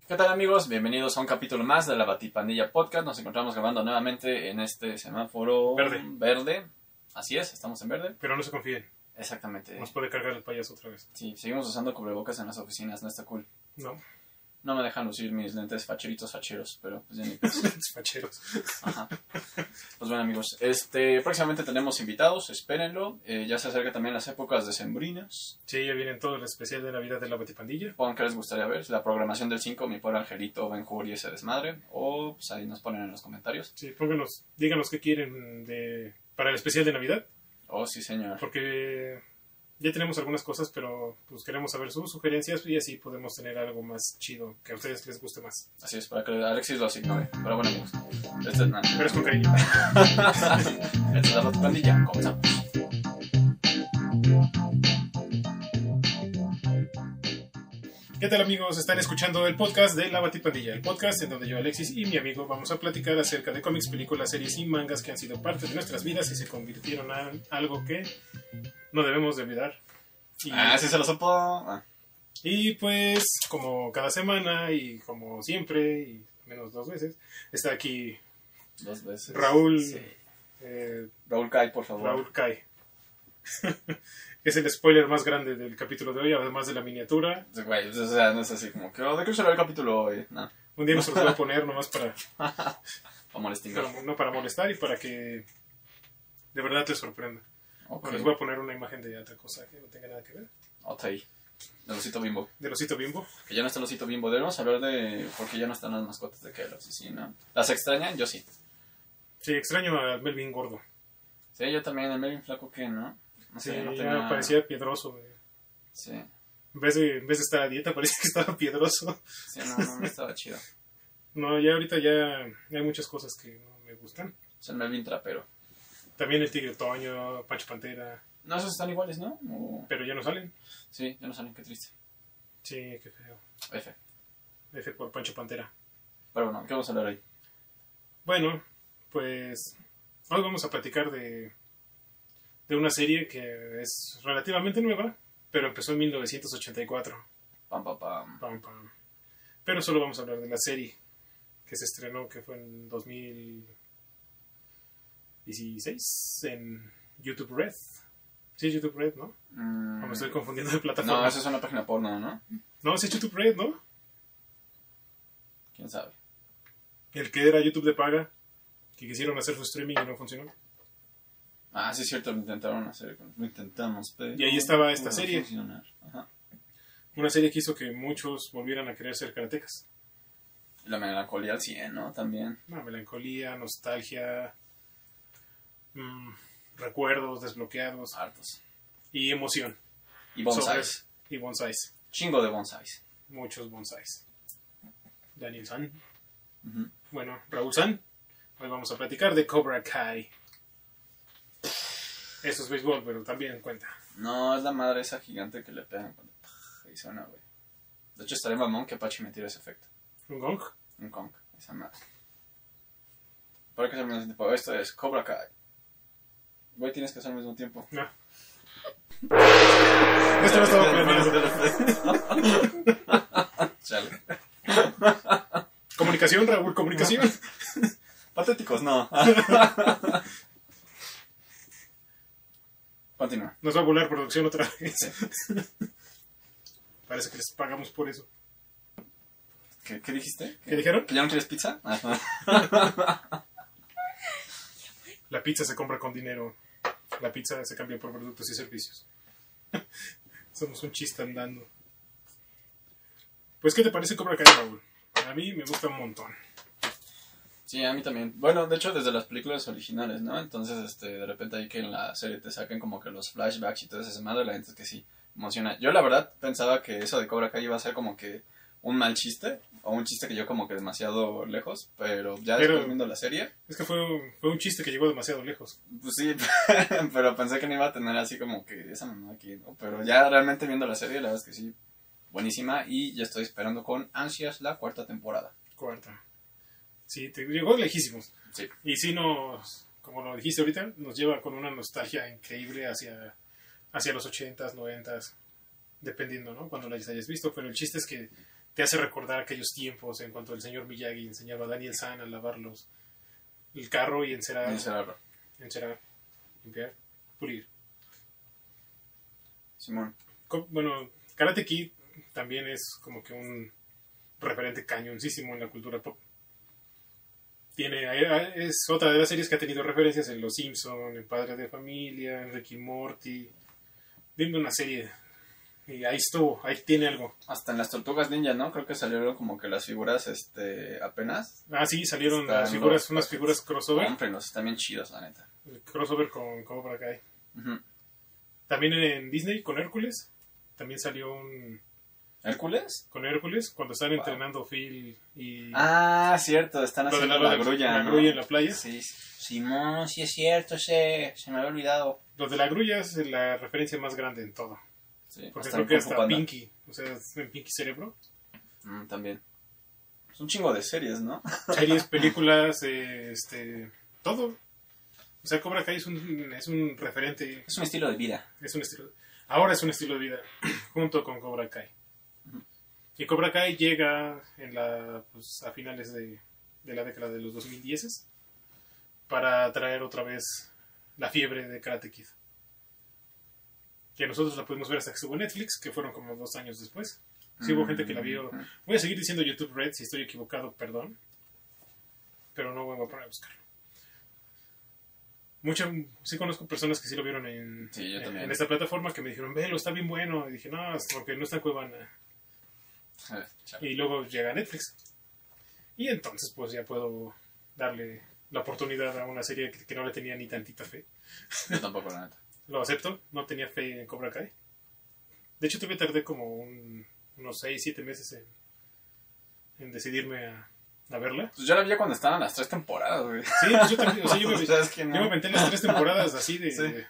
¿Qué tal, amigos? Bienvenidos a un capítulo más de la Batipandilla Podcast. Nos encontramos grabando nuevamente en este semáforo verde. Así es, estamos en verde. Pero no se confíen. Exactamente. Nos puede cargar el payaso otra vez. Sí, seguimos usando cubrebocas en las oficinas, no está cool. No me dejan lucir mis lentes facheros, pero pues ya ni pedo. Facheros. Ajá. Pues bueno, amigos, próximamente tenemos invitados, espérenlo. Ya se acercan también las épocas decembrinas. Sí, ya vienen todo el especial de Navidad de la Batipandilla. Pongan qué les gustaría ver, la programación del 5, mi pobre angelito, Ben-Hur y ese desmadre. O pues ahí nos ponen en los comentarios. Sí, díganos qué quieren para el especial de Navidad. Oh, sí, señor. Porque ya tenemos algunas cosas, pero pues queremos saber sus sugerencias y así podemos tener algo más chido, que a ustedes les guste más. Así es, para que Alexis lo asigne. Pero bueno, amigos, este es nada. Pero es con cariño. Esta es la Batipandilla, comenzamos. ¿Qué tal, amigos? Están escuchando el podcast de La Batipandilla, el podcast en donde yo, Alexis y mi amigo vamos a platicar acerca de cómics, películas, series y mangas que han sido parte de nuestras vidas y se convirtieron en algo que no debemos de olvidar. Sí se lo supo. Y pues, como cada semana y como siempre, y menos 2 veces, está aquí 2 veces. Raúl. Sí. Raúl Kai, por favor. Raúl Kai. Es el spoiler más grande del capítulo de hoy, además de la miniatura. Güey, o sea, no es así como que, ¿de qué será el capítulo hoy? No. Un día nos lo voy a poner nomás para molestar. No para molestar y para que de verdad te sorprenda. Okay. Les voy a poner una imagen de otra cosa que no tenga nada que ver. Del osito Bimbo. Del osito Bimbo. Que ya no está el osito Bimbo. Debemos hablar porque ya no están las mascotas de Kellogg's, ¿sí, no? ¿Las extrañan? Yo sí. Sí, extraño al Melvin gordo. Sí, yo también. El Melvin flaco, ¿qué, no? No sé, sí, no ya parecía piedroso. Sí. En vez de estar a dieta, parecía que estaba piedroso. Sí, no estaba chido. No, ya ahorita ya hay muchas cosas que no me gustan. Es el Melvin trapero. También el Tigre Toño, Pancho Pantera. No, esos están iguales, ¿no? Pero ya no salen. Sí, ya no salen, qué triste. Sí, qué feo. F por Pancho Pantera. Pero bueno, ¿qué vamos a hablar hoy? Bueno, pues hoy vamos a platicar de una serie que es relativamente nueva, pero empezó en 1984. Pam. Pero solo vamos a hablar de la serie que se estrenó, que fue en 2016 en YouTube Red. Sí, YouTube Red, ¿no? O me estoy confundiendo de plataforma. No, esa es una página porno, ¿no? No, es YouTube Red, ¿no? ¿Quién sabe? El que era YouTube de paga, que quisieron hacer su streaming y no funcionó. Ah, sí es cierto, lo intentamos, pero... Y ahí estaba esta serie. Ajá. Una serie que hizo que muchos volvieran a querer ser karatecas. La melancolía al 100, ¿no? También. Melancolía, nostalgia, recuerdos desbloqueados. Hartos. Y emoción. Y bonsáis. Y bonsáis. Chingo de bonsáis. Muchos bonsáis. Daniel San. Uh-huh. Bueno, Raúl San. Hoy vamos a platicar de Cobra Kai. Eso es béisbol, pero también cuenta. No, es la madre esa gigante que le pegan cuando... Y suena, güey. De hecho, estaría mamón que Apache me tire ese efecto. ¿Un gong? Un gong, esa madre. ¿Para qué hacer al mismo tiempo? Esto es Cobra Kai. Güey, tienes que hacer al mismo tiempo. No. Esto no estaba planeado. Chale. Comunicación, Raúl, comunicación. Patéticos, no. Continúa. Nos va a volar producción otra vez. Sí. Parece que les pagamos por eso. ¿Qué dijiste? ¿Qué dijeron? ¿Que ya no quieres pizza? La pizza se compra con dinero. La pizza se cambia por productos y servicios. Somos un chiste andando. Pues, ¿qué te parece Cobra Kai, Raúl? A mí me gusta un montón. Sí, a mí también. Bueno, de hecho, desde las películas originales, ¿no? Entonces, de repente hay que en la serie te saquen como que los flashbacks y todo ese madre, la gente es que sí emociona. Yo, la verdad, pensaba que eso de Cobra Kai iba a ser como que un mal chiste, o un chiste que yo como que demasiado lejos, pero ya después viendo la serie... Es que fue un chiste que llegó demasiado lejos. Pues sí, pero pensé que no iba a tener así como que esa mamá aquí, ¿no? Pero ya realmente viendo la serie, la verdad es que sí, buenísima, y ya estoy esperando con ansias la 4ª temporada. Sí, te llegó lejísimos. Sí. Y sí como lo dijiste ahorita, nos lleva con una nostalgia increíble hacia los 80s, 90s, dependiendo, ¿no? Cuando las hayas visto, pero el chiste es que te hace recordar aquellos tiempos en cuanto el señor Miyagi enseñaba a Daniel San a lavar el carro y encerar, limpiar, pulir. Simón. Bueno, Karate Kid también es como que un referente cañoncísimo en la cultura pop. Es otra de las series que ha tenido referencias en Los Simpson, en Padre de Familia, en Rick y Morty. Dime una serie y ahí estuvo, ahí tiene algo. Hasta en las Tortugas Ninja, ¿no? Creo que salieron como que las figuras apenas. Ah, sí, salieron las figuras, unas figuras crossover. Cómprenos, están bien chidos, la neta. El crossover con Cobra Kai. Uh-huh. También en Disney con Hércules. También salió un... ¿Hércules? Con Hércules, cuando están entrenando Phil y... Ah, cierto, están haciendo la grulla. La grulla en la playa. Sí, Simón, sí es cierto, se me había olvidado. Lo de la grulla es la referencia más grande en todo. Sí, porque creo que hasta Pinky, o sea, en Pinky Cerebro. También. Es un chingo de series, ¿no? Series, películas, todo. O sea, Cobra Kai es un referente. Es un estilo de vida. Ahora es un estilo de vida, junto con Cobra Kai. Y Cobra Kai llega a finales de la década de los 2010 para traer otra vez la fiebre de Karate Kid. Que nosotros la pudimos ver hasta que estuvo en Netflix, que fueron como 2 años después. Sí hubo gente que la vio. Voy a seguir diciendo YouTube Red, si estoy equivocado, perdón. Pero no voy a poner a buscarlo. Sí conozco personas que sí lo vieron en esta plataforma que me dijeron, velo, está bien bueno. Y dije, no, es porque no está en Cuevana. Y luego llega Netflix. Y entonces pues ya puedo darle la oportunidad a una serie que no le tenía ni tantita fe. Yo tampoco, la neta. Lo acepto, no tenía fe en Cobra Kai. De hecho todavía tardé como unos 6-7 meses en decidirme a verla. Pues yo la vi cuando estaban las 3 temporadas, güey. Sí, pues yo también, o sea, yo me aventé las 3 temporadas así de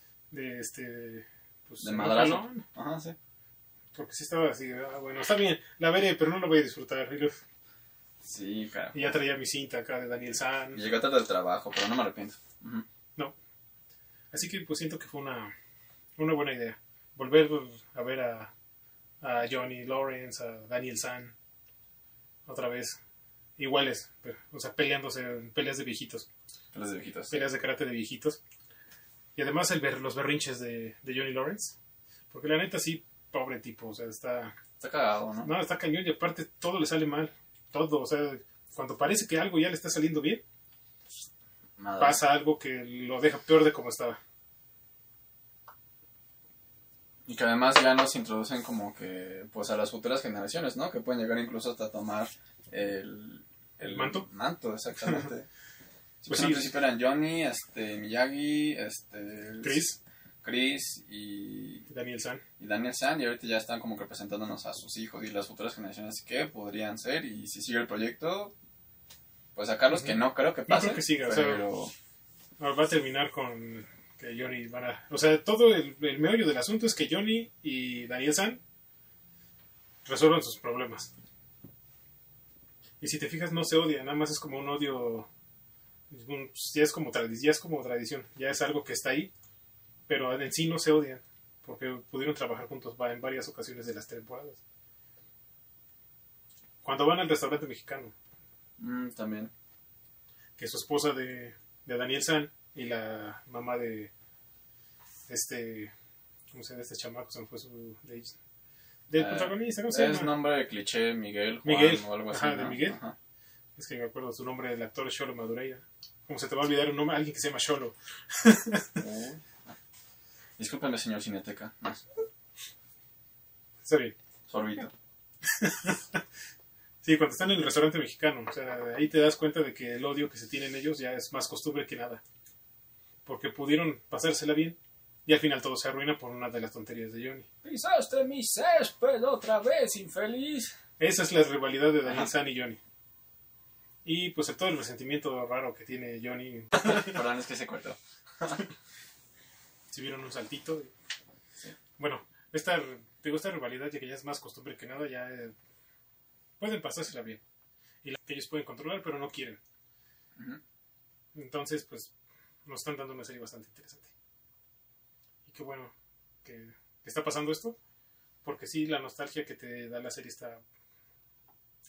madrazo. Ajá, sí. Porque sí estaba así, bueno, está bien, la veré, pero no la voy a disfrutar. Sí, claro. Y ya traía mi cinta acá de Daniel San. Y llegué tarde del trabajo, pero no me arrepiento. Uh-huh. No. Así que pues siento que fue una buena idea. Volver a ver a Johnny Lawrence, a Daniel San, otra vez. Iguales, o sea, peleándose en peleas de viejitos. Peleas de karate de viejitos. Y además los berrinches de Johnny Lawrence. Porque la neta sí, pobre tipo, o sea, está cagado, ¿no? No, está cañón y aparte todo le sale mal. Todo, o sea, cuando parece que algo ya le está saliendo bien, pasa algo que lo deja peor de como estaba. Y que además ya nos introducen como que, pues a las futuras generaciones, ¿no? Que pueden llegar incluso hasta tomar el manto. Manto, exactamente. Pues sí, al principio eran Johnny, Miyagi, Chris y Daniel San. Y ahorita ya están como que presentándonos a sus hijos y las futuras generaciones que podrían ser. Y si sigue el proyecto, pues sacarlos, que no creo que pase. No creo que siga, pero... o sea, va a terminar con que Johnny van a... O sea, todo el meollo del asunto es que Johnny y Daniel San resuelvan sus problemas. Y si te fijas, no se odian, nada más es como un odio... ya es como tradición, ya es algo que está ahí. Pero en sí no se odian, porque pudieron trabajar juntos en varias ocasiones de las temporadas. Cuando van al restaurante mexicano. También. Que su esposa de Daniel San y la mamá de ¿cómo se llama este chamaco? Se me fue del protagonista, ¿cómo se llama? Es nombre de cliché, Miguel o algo así. Ajá, ¿no? De Miguel. Ajá. Es que me acuerdo su nombre del actor, Xolo Madureira. ¿Cómo se te va a olvidar un nombre? Alguien que se llama Xolo. Discúlpeme, señor Cineteca. Está bien. Sorbito. Sí, cuando están en el restaurante mexicano, o sea, ahí te das cuenta de que el odio que se tienen ellos ya es más costumbre que nada. Porque pudieron pasársela bien y al final todo se arruina por una de las tonterías de Johnny. ¡Pisaste mi césped otra vez, infeliz! Esa es la rivalidad de Daniel San y Johnny. Y pues todo el resentimiento raro que tiene Johnny. Perdón, es que se cortó. Si vieron un saltito. Sí. Bueno, esta rivalidad ya que ya es más costumbre que nada, ya pueden pasársela bien. Y la que ellos pueden controlar, pero no quieren. Uh-huh. Entonces, pues, nos están dando una serie bastante interesante. Y qué bueno que está pasando esto, porque sí, la nostalgia que te da la serie está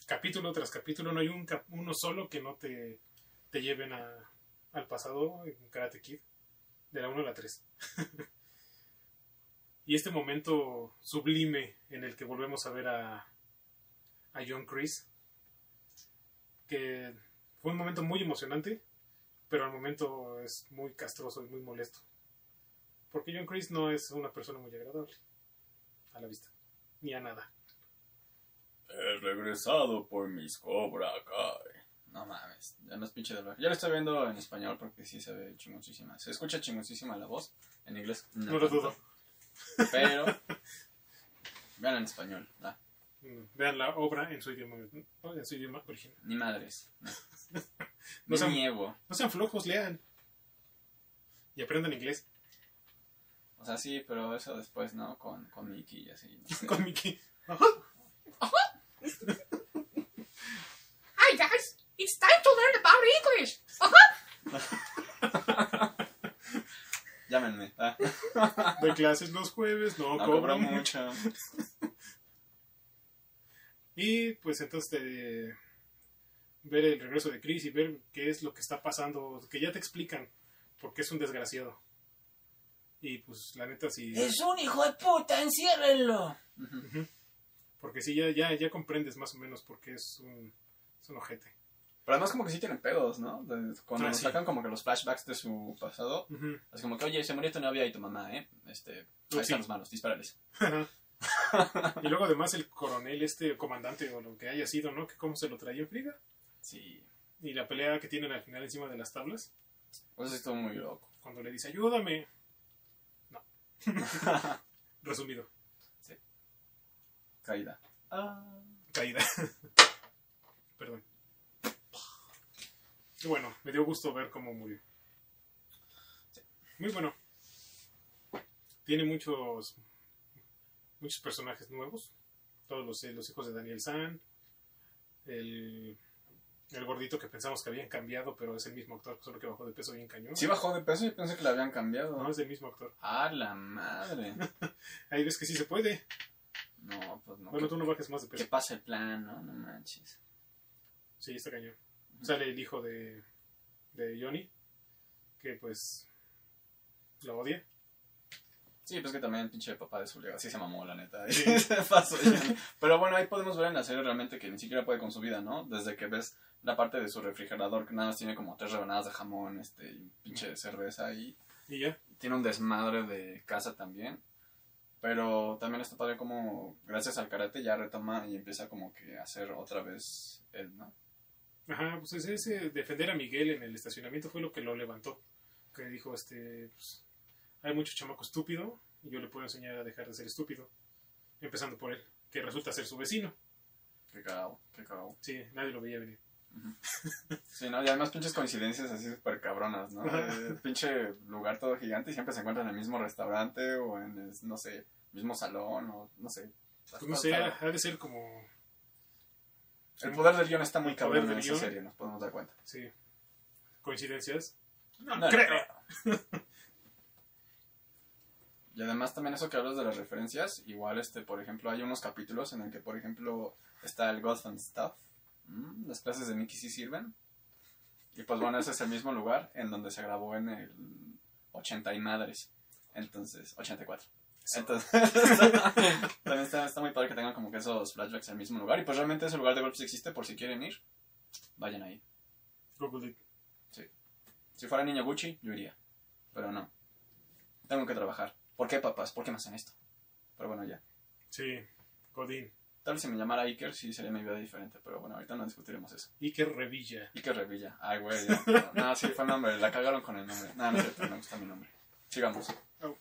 capítulo tras capítulo no hay uno solo que no te lleven al pasado en Karate Kid, de la 1 a la 3. Y este momento sublime en el que volvemos a ver a John Kreese, que fue un momento muy emocionante, pero al momento es muy castroso y muy molesto. Porque John Kreese no es una persona muy agradable a la vista, ni a nada. He regresado por mis Cobra Kai. No mames, ya no es pinche de doblaje. Ya lo estoy viendo en español porque sí se ve chingoncísima. Se escucha chingoncísima la voz. En inglés no lo dudo. Pero vean en español. Vean la obra en su idioma original. Ni madres. No sean, niego. No sean flojos, lean. Y aprendan inglés. O sea, sí, pero eso después, ¿no? Con Mickey y así. No sé. Con Mickey. Hi guys, it's time to learn about English. Llámenme. Doy clases los jueves, no cobro mucho. Y pues entonces ver el regreso de Chris y ver qué es lo que está pasando, que ya te explican por qué es un desgraciado. Y pues la neta sí. Es un hijo de puta, enciérrenlo. Uh-huh. Porque sí, ya comprendes más o menos por qué es un ojete. Pero además como que sí tienen pedos, ¿no? Cuando nos sí. sacan como que los flashbacks de su pasado. Uh-huh. Es como que, oye, se murió tu novia y tu mamá, ahí están los malos, dispárales. Y luego además el coronel, comandante o lo que haya sido, ¿no? Que cómo se lo traía en friga. Sí. Y la pelea que tienen al final encima de las tablas. Pues estuvo muy loco. Cuando le dice, ayúdame. No. Resumido. Sí. Caída. Caída. Perdón. Y bueno, me dio gusto ver cómo murió. Sí. Muy bueno. Tiene muchos personajes nuevos. Todos los hijos de Daniel San. El gordito que pensamos que habían cambiado, pero es el mismo actor, solo que bajó de peso bien cañón. Sí bajó de peso y pensé que le habían cambiado. No, es el mismo actor. ¡Ah, la madre! Ahí ves que sí se puede. No, pues no. Bueno, tú no bajes más de peso. Que pase el plan, ¿no? No manches. Sí, está cañón. Sale el hijo de Johnny, que pues lo odia. Sí, pues que también el pinche papá de Zulia sí se mamó, la neta. Sí. Se pasó ya. Pero bueno, ahí podemos ver en la serie realmente que ni siquiera puede con su vida, ¿no? Desde que ves la parte de su refrigerador que nada más tiene como 3 rebanadas de jamón, y pinche cerveza y Y ya. tiene un desmadre de casa también. Pero también está padre como gracias al karate ya retoma y empieza como que a hacer otra vez él, ¿no? Ajá, pues ese defender a Miguel en el estacionamiento fue lo que lo levantó. Que dijo, pues, hay mucho chamaco estúpido y yo le puedo enseñar a dejar de ser estúpido. Empezando por él, que resulta ser su vecino. Qué cagado. Sí, nadie lo veía venir. Uh-huh. Sí, ¿no? Y además pinches coincidencias así súper cabronas, ¿no? Pinche lugar todo gigante y siempre se encuentran en el mismo restaurante o en el, no sé, mismo salón o no sé. Pues no sé, ha de ser como... El poder del guión está muy cabrón en esa guión. serie, nos podemos dar cuenta. Sí. ¿Coincidencias? No creo. Y además también eso que hablas de las referencias, igual por ejemplo, hay unos capítulos en el que, por ejemplo, está el Golf and Stuff. Las clases de Mickey sí sirven. Y pues bueno, ese es el mismo lugar en donde se grabó en el 80 y madres. Entonces, 84. Entonces, también está muy padre que tengan como que esos flashbacks en el mismo lugar. Y pues realmente ese lugar de golf sí existe, por si quieren ir, vayan ahí. Google it. Sí. Si fuera niño Gucci, yo iría. Pero no. Tengo que trabajar. ¿Por qué, papás? ¿Por qué me hacen esto? Pero bueno, ya. Sí, Godín. Tal vez si me llamara Iker, sí sería mi vida diferente. Pero bueno, ahorita no discutiremos eso. Iker Revilla. Iker Revilla. Ay, güey, ya. No, sí, fue el nombre. La cagaron con el nombre. No, no es cierto. Me gusta mi nombre. Sigamos. Oh.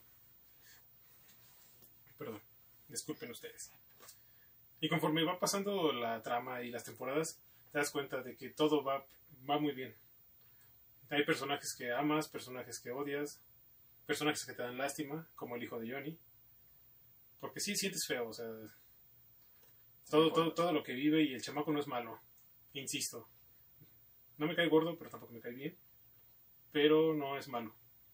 Perdón. Disculpen ustedes. Y conforme va pasando la trama y las temporadas, te das cuenta de que todo va muy bien. Hay personajes que amas, personajes que odias, personajes que te dan lástima, como el hijo de Johnny. Porque sí sientes feo, o sea... Todo lo que vive y el chamaco no es malo. Insisto. No me cae gordo, pero tampoco me cae bien. Pero no es malo.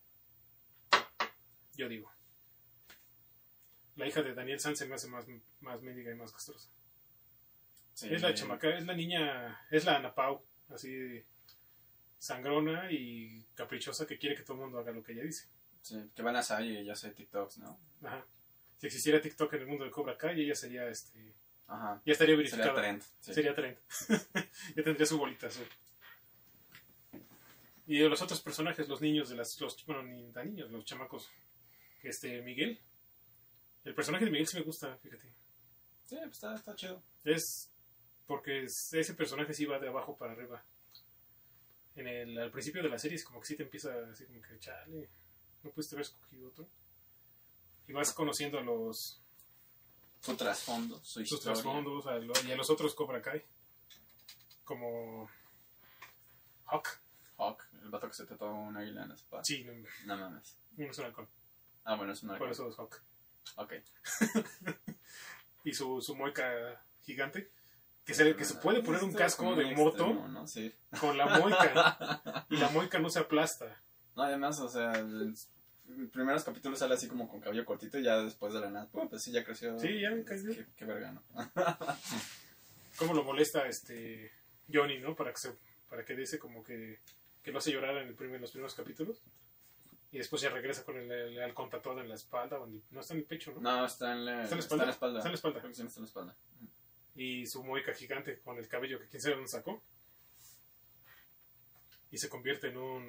Yo digo. La hija de Daniel San se me hace más mendiga y más castrosa. Sí. Es la chamaca, es la niña, es la Ana Pau, así sangrona y caprichosa que quiere que todo el mundo haga lo que ella dice. Sí, que van a salir y ella hace TikToks, ¿no? Ajá. Si existiera TikTok en el mundo de Cobra Kai, ella sería Ajá. ya estaría verificada. Sería trend. Sí. Sería trend. Ya tendría su bolita azul. Y de los otros personajes, los niños bueno, ni tan niños, los chamacos. Miguel. El personaje de Miguel sí me gusta, fíjate. Sí, pues está chido. Es porque ese personaje sí va de abajo para arriba. Al principio de la serie es como que sí te empieza así como que, chale, no pudiste haber escogido otro. Y vas conociendo a Su trasfondo, su sus historia. trasfondos y a los otros Cobra Kai. Como Hawk. Hawk, el vato que se trató un águila en la espalda. Sí, No mames. no es un halcón. Ah, bueno, es un Por águila. eso es Hawk. Ok. Y su mueca gigante. Que se puede poner un casco Muy de moto extremo, ¿no? Sí. con la moica. Y la moica no se aplasta. No, además, o sea, en primeros capítulos sale así como con cabello cortito y ya después de la nada, pues sí, ya creció. Sí, ya creció. Qué verga, ¿no? Cómo lo molesta Johnny, ¿no? Para que dice como que lo hace llorar en los primeros capítulos. Y después ya regresa con el halcón tatuado en la espalda. No está en el pecho, ¿no? No, está en la espalda. Está en la espalda. Creo que sí, está en la espalda. Y su mueca gigante con el cabello que quién sabe dónde sacó. Y se convierte en un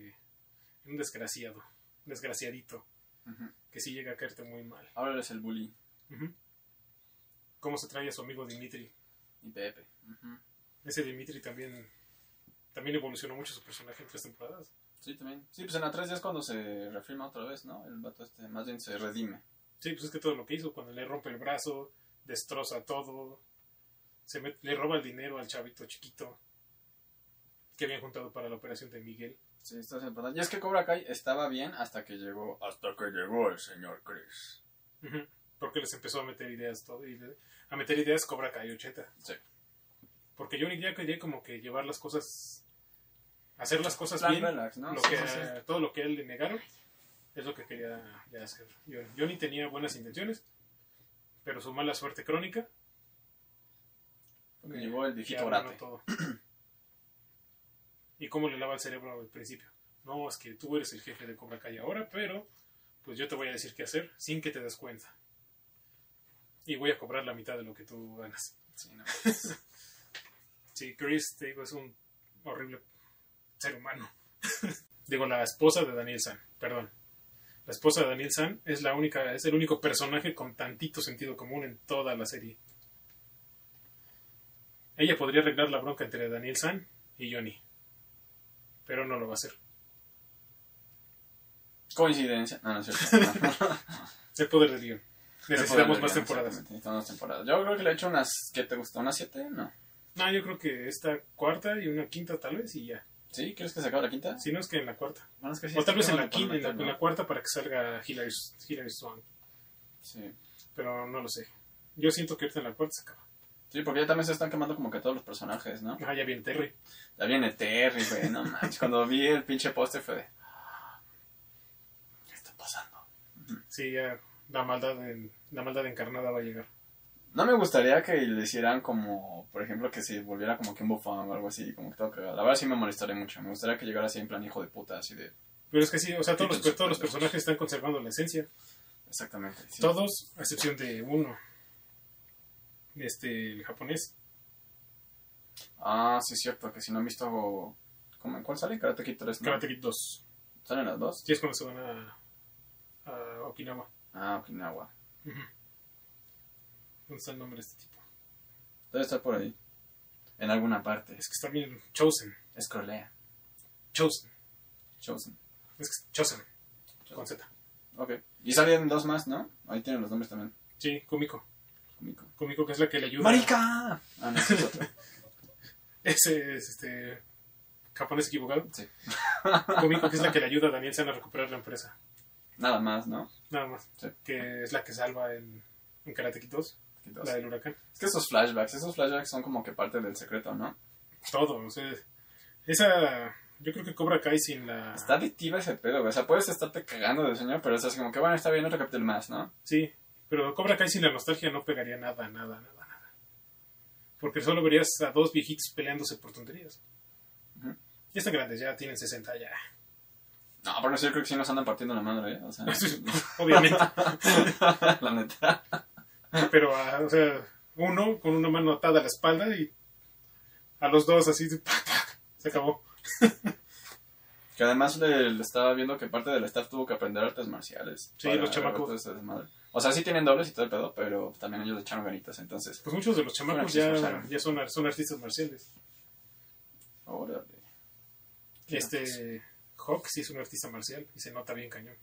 desgraciadito. Uh-huh. Que sí llega a caerte muy mal. Ahora eres el bully. Uh-huh. Cómo se trae a su amigo Dimitri. Y Pepe. Uh-huh. Ese Dimitri también evolucionó mucho su personaje en 3 temporadas. Sí, también. Sí, pues en la 3 ya es cuando se refirma otra vez, ¿no? El vato más bien se redime. Sí, pues es que todo lo que hizo, cuando le rompe el brazo, destroza todo, le roba el dinero al chavito chiquito que habían juntado para la operación de Miguel. Sí, está importante. Y es que Cobra Kai estaba bien hasta que llegó el señor Chris. Uh-huh. Porque les empezó a meter ideas todo a meter ideas Cobra Kai 80. Sí. Porque Johnny ya quería como que llevar las cosas, hacer las cosas Plan bien, relax, ¿no? sí. Todo lo que a él le negaron es lo que quería ya hacer. Johnny tenía buenas intenciones, pero su mala suerte crónica porque llegó el viejito arruinó Orate. todo. ¿Y cómo le lava el cerebro al principio? No, es que tú eres el jefe de Cobra Kai ahora, pero pues yo te voy a decir qué hacer sin que te des cuenta. Y voy a cobrar la mitad de lo que tú ganas. Sí, no. Sí, Chris, te digo, es un horrible ser humano. Digo, la esposa de Daniel San, perdón. La esposa de Daniel San es el único personaje con tantito sentido común en toda la serie. Ella podría arreglar la bronca entre Daniel San y Johnny, pero no lo va a hacer. Coincidencia. No, no es cierto. El poder del guión. Necesitamos más temporadas. Necesitamos más temporadas. Yo creo que le he hecho unas... ¿Qué te gusta? ¿Unas 7? No. No, yo creo que esta cuarta y una quinta tal vez y ya. ¿Sí? ¿Quieres que se acabe la quinta? Si no es que en la cuarta. Bueno, es que sí, O tal vez en está la quinta, bueno en la cuarta para que salga Hilary Swank. Sí. Pero no lo sé. Yo siento que ahorita en la cuarta se acaba. Sí, porque ya también se están quemando como que todos los personajes, ¿no? Ah, ya viene Terry. Ya viene Terry, güey, no manches. Cuando vi el pinche póster fue de... ¿Qué está pasando? Sí, ya la maldad encarnada va a llegar. No me gustaría que le hicieran como, por ejemplo, que se volviera como que un bufón o algo así, como que todo cagado. La verdad sí me molestaría mucho. Me gustaría que llegara así en plan hijo de puta, así de... Pero es que sí, o sea, todos los personajes están conservando la esencia. Exactamente. Sí. Todos, a excepción de uno. El japonés. Ah, sí es cierto, que si no han visto... ¿Cómo? ¿En cuál sale? Karate Kid 3, ¿no? Karate Kid 2. ¿Salen las dos? Sí, es cuando se van a Okinawa. Ah, Okinawa. ¿Dónde está el nombre de este tipo? Debe estar por ahí. En alguna parte. Es que está bien Chosen. Escrolea. Chosen. Chosen. Es que Chosen. Con Z. Ok. Y salen dos más, ¿no? Ahí tienen los nombres también. Sí, Kumiko. Kumiko. Kumiko, que es la que le ayuda. ¡Marica! Ah, no, ese es otro. Ese es japonés equivocado. Sí. Kumiko, que es la que le ayuda a Daniel San a recuperar la empresa. Nada más, ¿no? Nada más. Sí. Que es la que salva en Karate Kid 2. La del huracán. Es que esos flashbacks son como que parte del secreto, ¿no? Todo, o sea, yo creo que Cobra Kai sin la... Está adictiva ese pedo, güey. O sea, puedes estarte cagando de sueño, pero es así como que, bueno, está bien, otro capítulo más, ¿no? Sí, pero Cobra Kai sin la nostalgia no pegaría nada. Porque solo verías a dos viejitos peleándose por tonterías. Ujú. Ya están grandes, ya tienen 60 ya. No, pero sí, yo creo que sí nos andan partiendo la madre, ¿eh? O sea, Obviamente. la neta. Pero, o sea, uno con una mano atada a la espalda y a los dos así, se acabó. Que además le estaba viendo que parte del staff tuvo que aprender artes marciales. Sí, para los chamacos. todo ese desmadre. O sea, sí tienen dobles y todo el pedo, pero también ellos le echaron ganitas, entonces. Pues muchos de los chamacos Bueno, sí se esforzaron. ya son artistas marciales. Órale. Hawk sí es un artista marcial y se nota bien cañón.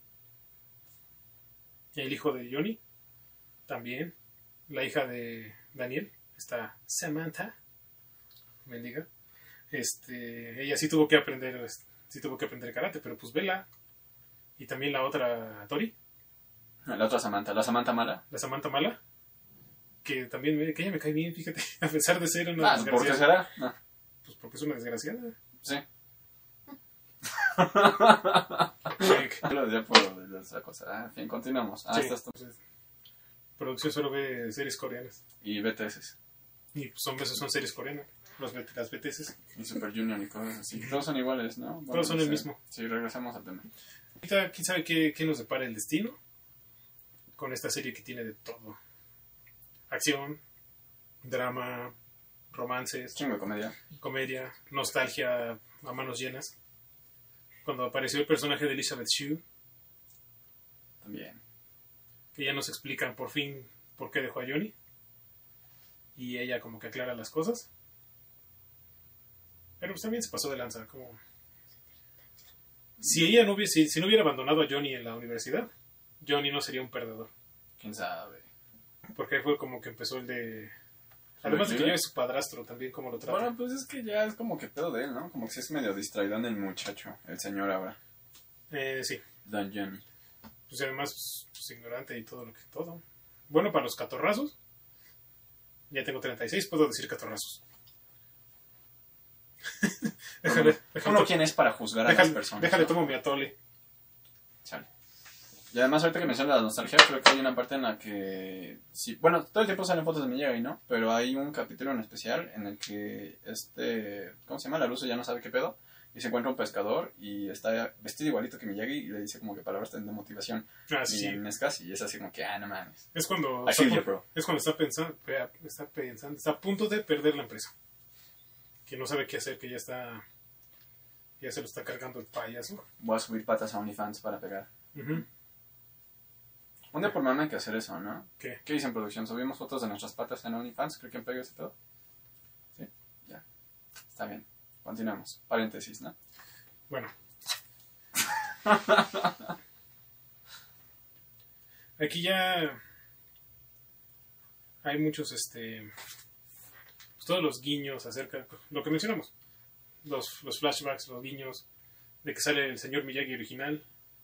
Y el hijo de Johnny también. La hija de Daniel, está Samantha, mendiga. Ella sí tuvo que aprender karate, pero pues vela. Y también la otra Tori, La otra Samantha, la Samantha mala. la Samantha mala, que también que ella me cae bien, fíjate, a pesar de ser una Ah, ¿por qué desgraciada. será? No. Pues porque es una desgraciada. Sí. Que- Lo decía por otra cosa. Ah, en fin, continuamos. Ah, sí, estás tú. pues, producción solo ve series coreanas. Y BTS. Y pues esos son series coreanas, las BTS. Y Super Junior y cosas así. Todos son iguales, ¿no? Bueno, Todos son no el sé. mismo. Sí, regresamos al tema. Ahorita, quién sabe qué nos depara el destino con esta serie que tiene de todo: acción, drama, romances, Chingo de comedia. comedia, nostalgia a manos llenas. Cuando apareció el personaje de Elizabeth Shue, También. que ya nos explican por fin por qué dejó a Johnny, y ella como que aclara las cosas. Pero pues también se pasó de lanza, como si ella no hubiera abandonado a Johnny en la universidad, Johnny no sería un perdedor. ¿Quién sabe? Porque fue como que empezó el de... Además de que ya es su padrastro también, como lo trata. Bueno, pues es que ya es como que pedo de él, ¿no? Como que sí es medio distraído en el muchacho, el señor ahora. Sí. Don Johnny. Pues además, pues, ignorante y todo. Bueno, para los catorrazos. Ya tengo 36, puedo decir catorrazos. Uno quién es para juzgar a las personas. Déjale, ¿no? tomo mi atole. Sale. Y además, ahorita que mencionas la nostalgia, creo que hay una parte en la que... Sí, bueno, todo el tiempo salen fotos de Miyagi, ¿no? Pero hay un capítulo en especial en el que ¿cómo se llama? Laruso ya no sabe qué pedo. Y se encuentra un pescador y está vestido igualito que Miyagi y le dice como que palabras de motivación. Ah, Y sí. en Nescas y es así como que, no mames. Es cuando I feel you, bro. está pensando, está a punto de perder la empresa. Que no sabe qué hacer, que ya se lo está cargando el payaso. Voy a subir patas a OnlyFans para pegar. Ujú. Un día por mame hay que hacer eso, ¿no? ¿Qué? ¿Qué dicen producción? ¿Subimos fotos de nuestras patas en OnlyFans? ¿Creo que pegues y todo? Sí, ya. Está bien. Continuemos. Paréntesis, ¿no? Bueno. Aquí ya hay muchos, pues, todos los guiños acerca de lo que mencionamos. Los flashbacks, los guiños de que sale el señor Miyagi original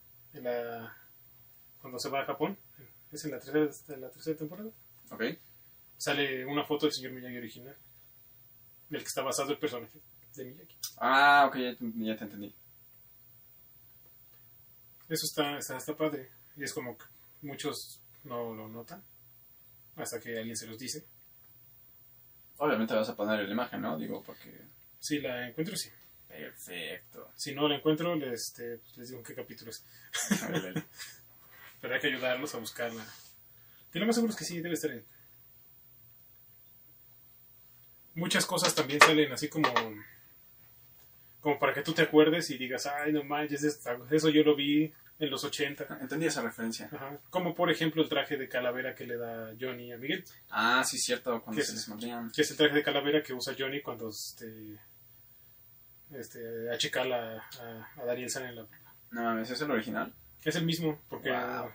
cuando se va a Japón. Es en la tercera temporada. Ok. Sale una foto del señor Miyagi original, del que está basado el personaje de Miyagi. Ah, ok, ya te entendí. Eso está padre. Y es como que muchos no lo notan hasta que alguien se los dice. Obviamente vas a poner la imagen, ¿no? Digo, porque... Si la encuentro, sí. Perfecto. Si no la encuentro, les digo en qué capítulo es. Pero hay que ayudarlos a buscarla. Y lo más seguro es que sí, debe estar ahí. Muchas cosas también salen así como para que tú te acuerdes y digas, ay, no manches, eso yo lo vi en los 80. Entendí esa referencia. Ajá. Como por ejemplo el traje de calavera que le da Johnny a Miguel. Ah, sí, cierto, cuando ¿Qué se es? desmadrían. Que es el traje de calavera que usa Johnny cuando achicala a Daniel San en la... No mames, ¿es el original? Es el mismo, porque... Wow.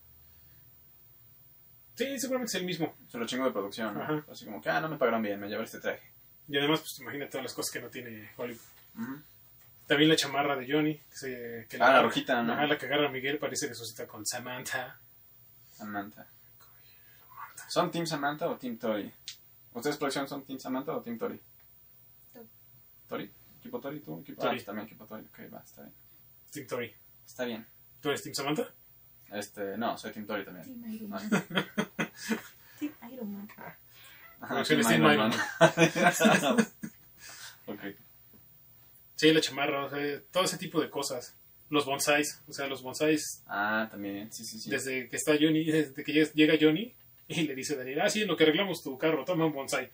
Sí, seguramente es el mismo. Se lo chingo de producción, ¿no? Ajá. Así como que, no me pagaron bien, me llevaré este traje. Y además, pues imagina todas las cosas que no tiene Hollywood. Ujú. También la chamarra de Johnny. La rojita, ¿no? Ajá, la que agarra a Miguel parece que suscita con Samantha. Samantha. ¿Son Team Samantha o Team Tori? ¿Ustedes producción son Team Samantha o Team Tori? ¿Tori? ¿Equipo Tori? ¿Tú? ¿Equipo Tori. también equipo Tori. Ok, va, está bien. Team Tori. Está bien. ¿Tú eres Team Samantha? No, soy Team Tori también. Team Iron Man. Team Iron Man. Producción Steve Myman. Ok. Sí, la chamarra, o sea, todo ese tipo de cosas. Los bonsáis, o sea, los bonsáis, Ah, también, sí. desde que está Johnny, desde que llega Johnny y le dice a Daniel, sí, en lo que arreglamos tu carro, toma un bonsai.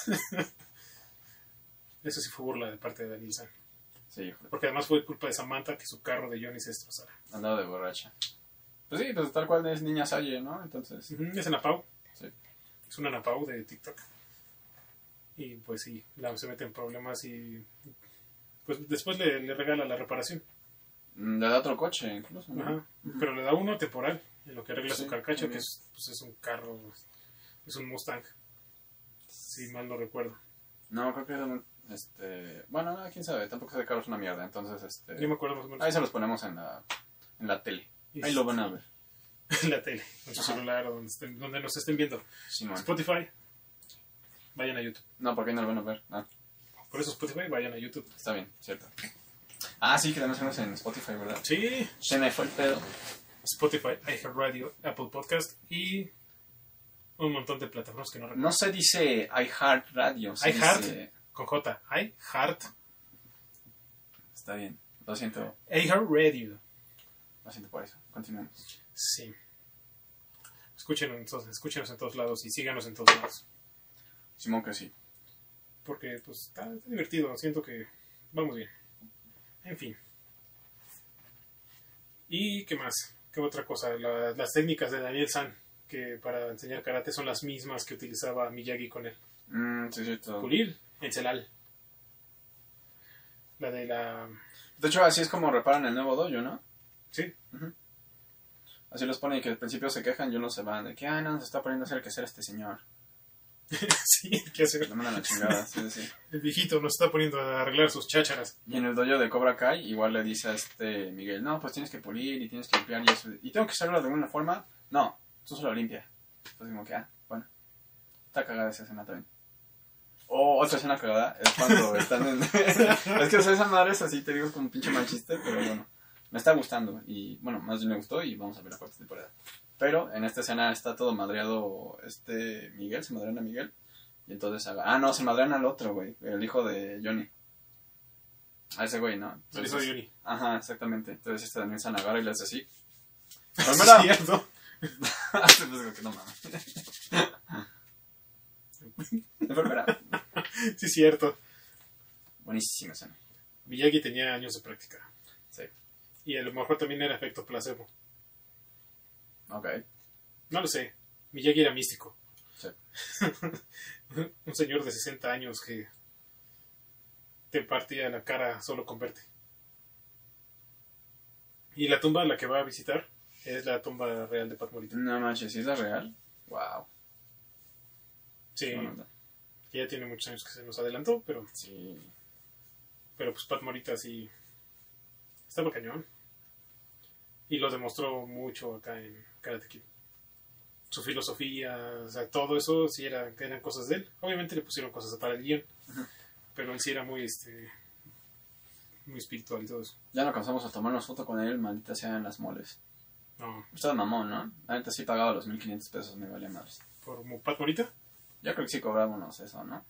Eso sí fue burla de parte de Daniel San. Sí, hijo. Porque además fue culpa de Samantha que su carro de Johnny se destrozara. Andaba de borracha. Pues sí, pues tal cual es niña Salle, ¿no? Entonces, Es Anapau. sí. Es una Anapau de TikTok. Y pues sí, se mete en problemas y pues después le regala la reparación. Le da otro coche, incluso, ¿no? Ajá. Pero le da uno temporal, en lo que arregla Sí, su carcacho, también. que es un carro, es un Mustang. Si mal no recuerdo. No, creo que es bueno, no, quién sabe, tampoco sé de carro es una mierda, entonces, Yo me acuerdo más o menos. ahí se los ponemos en la tele. Y Ahí lo van a ver. en la tele, en su celular, o donde nos estén viendo. Simón. Spotify, vayan a YouTube. No, porque ahí no lo van a ver. Ah, Por eso Spotify, vayan a YouTube. está bien, cierto. Ah, sí, que también hacemos en Spotify, ¿verdad? Sí, Se me fue el pedo. Spotify, iHeartRadio, Apple Podcast y un montón de plataformas que no recuerdo. No se dice iHeartRadio. Se iHeart, dice... con J, iHeart, Está bien. Lo siento iHeartRadio. por eso. Continuemos. Sí. Escúchenos en todos lados y síganos en todos lados. Simón que sí. Porque pues está divertido, siento que vamos bien. En fin. ¿Y qué más? ¿Qué otra cosa? Las técnicas de Daniel San, que para enseñar karate son las mismas que utilizaba Miyagi con él. Sí, es cierto. Pulir, encelal. La de la... De hecho, así es como reparan el nuevo dojo, ¿no? Sí, Así los ponen y que al principio se quejan y uno se van de que, no, se está poniendo a hacer que ser este señor. sí, ¿qué hacer? Le mandan la chingada, sí. El viejito nos está poniendo a arreglar sus chácharas. Y en el dojo de Cobra Kai, igual le dice a Miguel, no, pues tienes que pulir y tienes que limpiar y eso. ¿Y tengo que hacerlo de alguna forma? No, tú solo limpia. Pues como que, bueno, está cagada esa escena también. O otra escena cagada es cuando están en... es que o sea, esa madre es así, te digo, como un pinche mal chiste, pero bueno, me está gustando. Y bueno, más bien me gustó y vamos a ver la cuarta temporada. Pero en esta escena está todo madreado Miguel, se madrean a Miguel. Y entonces, se madrean al otro, güey, el hijo de Johnny. A ese güey, ¿no? El Entonces, hijo de Johnny. Ajá, exactamente. Entonces Daniel San agarra y le hace así. Es ¡Palmera! cierto. Pues digo que no mames. Enfermera. Sí, es cierto. Buenísima escena. Miyagi tenía años de práctica. Sí. Y a lo mejor también era efecto placebo. Ok. No lo sé. Miyagi era místico. Sí. Un señor de 60 años que te partía la cara solo con verte. Y la tumba a la que va a visitar es la tumba real de Pat Morita. No manches, ¿sí es la real? Wow. Sí, Buena onda. que ya tiene muchos años que se nos adelantó, pero Sí. pues Pat Morita sí estaba cañón. Y lo demostró mucho acá en Karate Kid. Su filosofía, o sea, todo eso sí eran cosas de él. Obviamente le pusieron cosas para el guión, pero él sí era muy muy espiritual y todo eso. Ya no alcanzamos a tomarnos foto con él, maldita sea en las moles. No, Estaba mamón, ¿no? Ahorita sí pagaba los 1,500 pesos, me valía madres. por Pat Morita. Yo creo que sí cobrábamos eso, ¿no?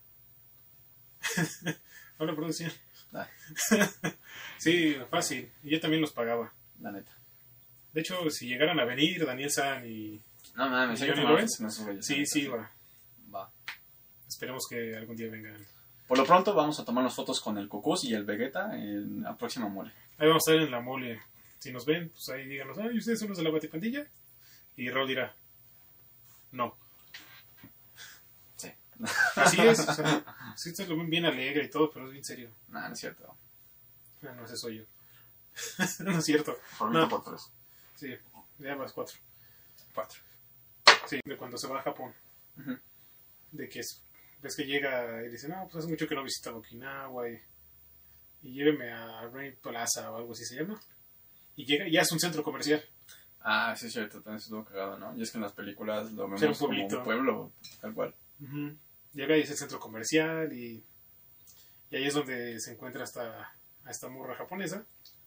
Ahora producción. Ah, Sí, fácil. Y yo también los pagaba. la neta. De hecho, si llegaran a venir Daniel San y... No mames, hay que Johnny tomar Lawrence. fotos con esos güeyes. Sí, sí, va. Va. Esperemos que algún día vengan. Por lo pronto vamos a tomarnos fotos con el Cucús y el Vegeta en la próxima mole. Ahí vamos a estar en la mole. Si nos ven, pues ahí díganos, ¿y ustedes son los de la Batipandilla? Y Raúl dirá, no. Sí. Así es, o sea, sí, ustedes lo ven bien alegre y todo, pero es bien serio. Nah, no es cierto. No, ese soy yo. No es cierto. Por No. 20 por 3. Sí, ya más 4. 4. Sí, de cuando se va a Japón. Ujú. De que ves que llega y dice, no, pues hace mucho que no visitaba Okinawa y lléveme a Rain Plaza o algo así se llama. Y llega y ya es un centro comercial. Ah, sí es cierto, también estuvo cagado, ¿no? Y es que en las películas lo vemos Ser un como pueblito. un pueblo, tal cual. Ujú. Llega y es el centro comercial y ahí es donde se encuentra a esta morra japonesa.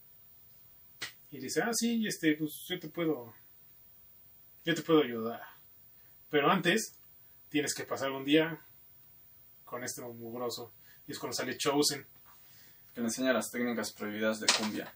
Y dice, sí, pues yo te puedo ayudar. Pero antes tienes que pasar un día con este mugroso. Y es cuando sale Chosen, Que le enseña las técnicas prohibidas de cumbia.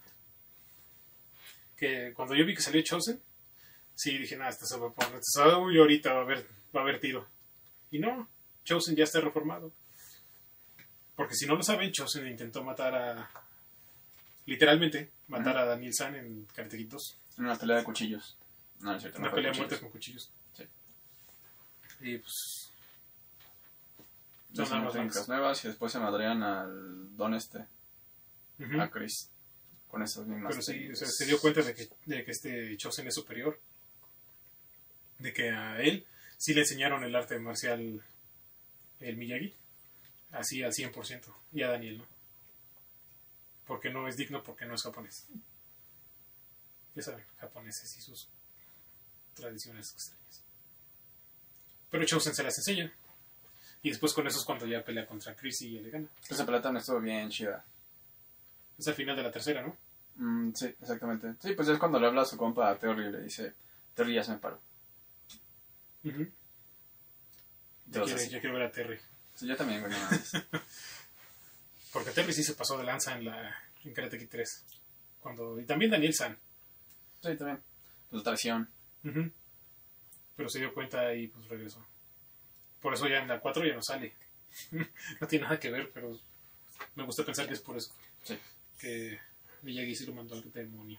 que cuando yo vi que salió Chosen, sí dije, nada, esto se va a poner, uy, ahorita va a haber tiro. Y no, Chosen ya está reformado. Porque si no lo saben, Chosen intentó literalmente, matar a Daniel San en Karate Kid 2. En una pelea de cuchillos. No, es cierto. Una no fue pelea de cuchillos. muertes con cuchillos. Sí. Y pues... Son Son armas técnicas blancas. nuevas y después se madrean al don Ujú. a Chris. Con esas mismas Pero sí, o técnicas. sea, se dio cuenta de que este Chosen es superior. De que a él sí le enseñaron el arte marcial el Miyagi. Así al 100%. Y a Daniel no. Porque no es digno, porque no es japonés. Ya saben, japoneses y sus tradiciones extrañas. Pero Chosen se las enseña. Y después con eso es cuando ya pelea contra Chris y le gana. Esa pelea también estuvo bien chida. Es al final de la tercera, ¿no? Sí, exactamente. Sí, pues es cuando le habla a su compa a Terry y le dice, Terry, ya se me paró. Ujú. Entonces, Ya quiero ver a Terry. sí, yo también, güey, no mames. Porque Terry sí se pasó de lanza en Karate Kid 3. Y también Daniel San. Sí, también. La traición. Ujú. Pero se dio cuenta y pues regresó. Por eso ya en la 4 ya no sale. No tiene nada que ver, pero me gusta pensar que es por eso. Sí. Que Miyagi sí lo mandó al demonio.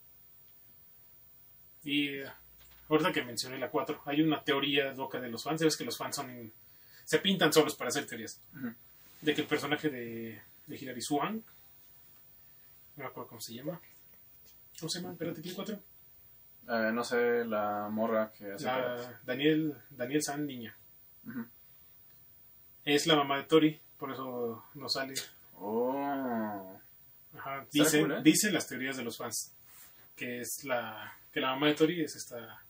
Y ahorita que mencioné la 4, hay una teoría loca de los fans. Sabes que los fans se pintan solos para hacer teorías. Ujú. De que el personaje de Hilary Swank, no me acuerdo cómo se llama. ¿Cómo se llama? Espérate, ¿tiene 4? No sé, la morra que hace karate. Daniel San, niña. Ujú. Es la mamá de Tori, por eso no sale. Oh. Ajá, Está cool, ¿eh? dicen las teorías de los fans que la mamá de Tori es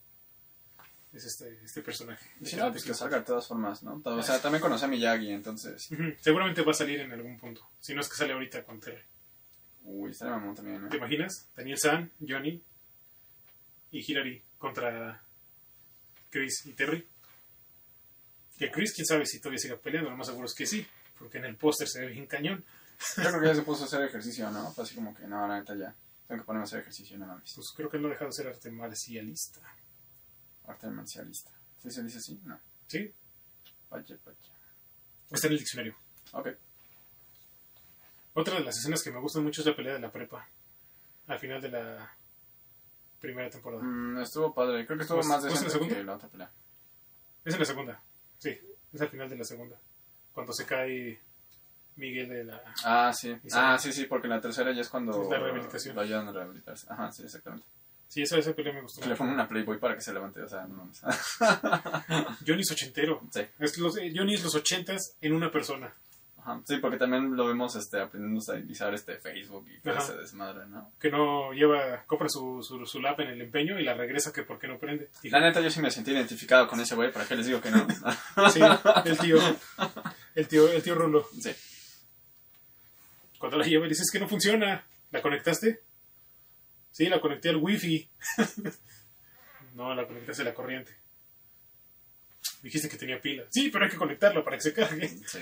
este personaje. Y si no, pues que salga de todas formas, ¿no? O sea, también conocí a Miyagi, entonces... Ujú, seguramente va a salir en algún punto. Si no es que sale ahorita con Terry. Uy, estaría mamón también, ¿Te ¿eh? imaginas? Daniel San, Johnny y Hilary contra Chris y Terry. Que Chris, quién sabe si todavía siga peleando, lo más seguro es que sí, porque en el póster se ve bien cañón. Yo creo que ya se puso a hacer ejercicio, ¿no? Fue así como que, no, la neta ya. Tengo que ponerme a hacer ejercicio, no mames. Pues creo que él no ha dejado de ser arte marcialista. Arte marcialista. ¿Sí se dice así? No. ¿Sí? Vaya, vaya. Está en el diccionario. Ok. Otra de las escenas que me gustan mucho es la pelea de la prepa. Al final de la primera temporada. Estuvo padre. Creo que estuvo Pues, más ¿pues en la decente segunda? que la otra pelea. Es en la segunda. Sí, es al final de la segunda. Cuando se cae Miguel de la... Ah, sí. Y Ah, sale. sí, porque en la tercera ya es cuando... Es la rehabilitación. Lo ayudan a rehabilitarse. Ajá, sí, exactamente. Sí, esa pelea me gustó Que le mucho. ponen una Playboy para que se levante, o sea, no mames. Johnny es ochentero. Sí. Johnny es los 80s en una persona. Ajá. Sí, porque también lo vemos aprendiendo a utilizar Facebook y todo Ajá. ese desmadre, ¿no? Que no compra su lap en el empeño y la regresa que por qué no prende. Y La neta, yo sí me sentí identificado con ese güey, ¿para qué les digo que no? sí, el tío Rulo. Sí. Cuando la lleva y dices que no funciona. ¿La conectaste? Sí, la conecté al wifi. No, la conectaste a la corriente. Dijiste que tenía pila. Sí, pero hay que conectarla para que se cargue. Sí.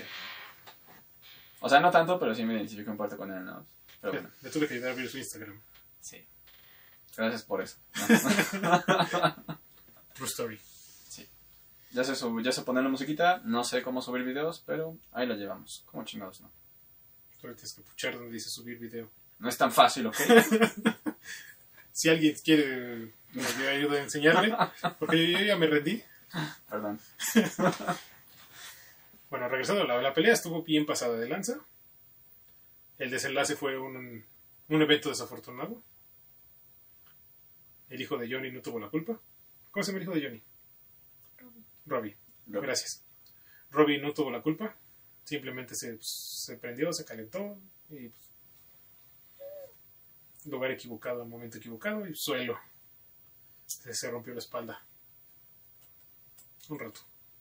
O sea, no tanto, pero sí me identifico en parte con él, ¿no? Pero bueno. Le tuve que ayudar a abrir su Instagram. Sí. Gracias por eso. ¿No? True story. Sí. Ya sé poner la musiquita, no sé cómo subir videos, pero ahí la llevamos. Como chingados, ¿no? Ahora tienes que puchar donde dice subir video. No es tan fácil, ¿ok? Si alguien quiere que yo ayude a enseñarle, porque yo ya me rendí. Perdón. Bueno, regresando a la pelea, estuvo bien pasada de lanza. El desenlace fue un evento desafortunado. El hijo de Johnny no tuvo la culpa. ¿Cómo se llama el hijo de Johnny? Robbie. Robbie. Gracias. Robbie no tuvo la culpa. Simplemente se prendió, se calentó y lugar equivocado, al momento equivocado y suelo. Se rompió la espalda. Un rato.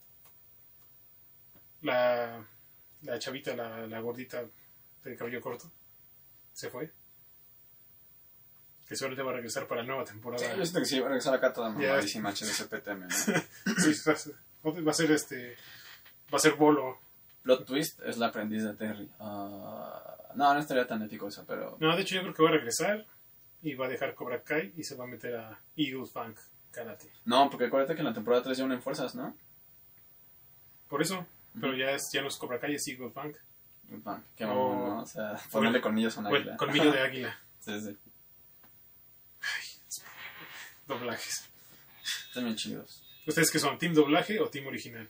La chavita, la gordita de cabello corto, se fue. Que seguramente va a regresar para la nueva temporada. Sí, yo siento que sí, va a regresar acá toda Ya. mamadísima HDCPTM, ¿no? Sí, va a ser va a ser Bolo plot twist es la aprendiz de Terry. No estaría tan épico eso, pero... No, de hecho yo creo que va a regresar y va a dejar Cobra Kai y se va a meter a Eagle Fang Karate. No, porque acuérdate que en la temporada 3 ya unen fuerzas, ¿no? Por eso, pero ya no es Cobra Kai, es Eagle Fang. Qué bueno, ¿no? O sea, ponerle colmillos a un águila. Colmillo de águila. Sí. Doblajes. Están bien chidos. ¿Ustedes qué son? ¿Team doblaje o team original?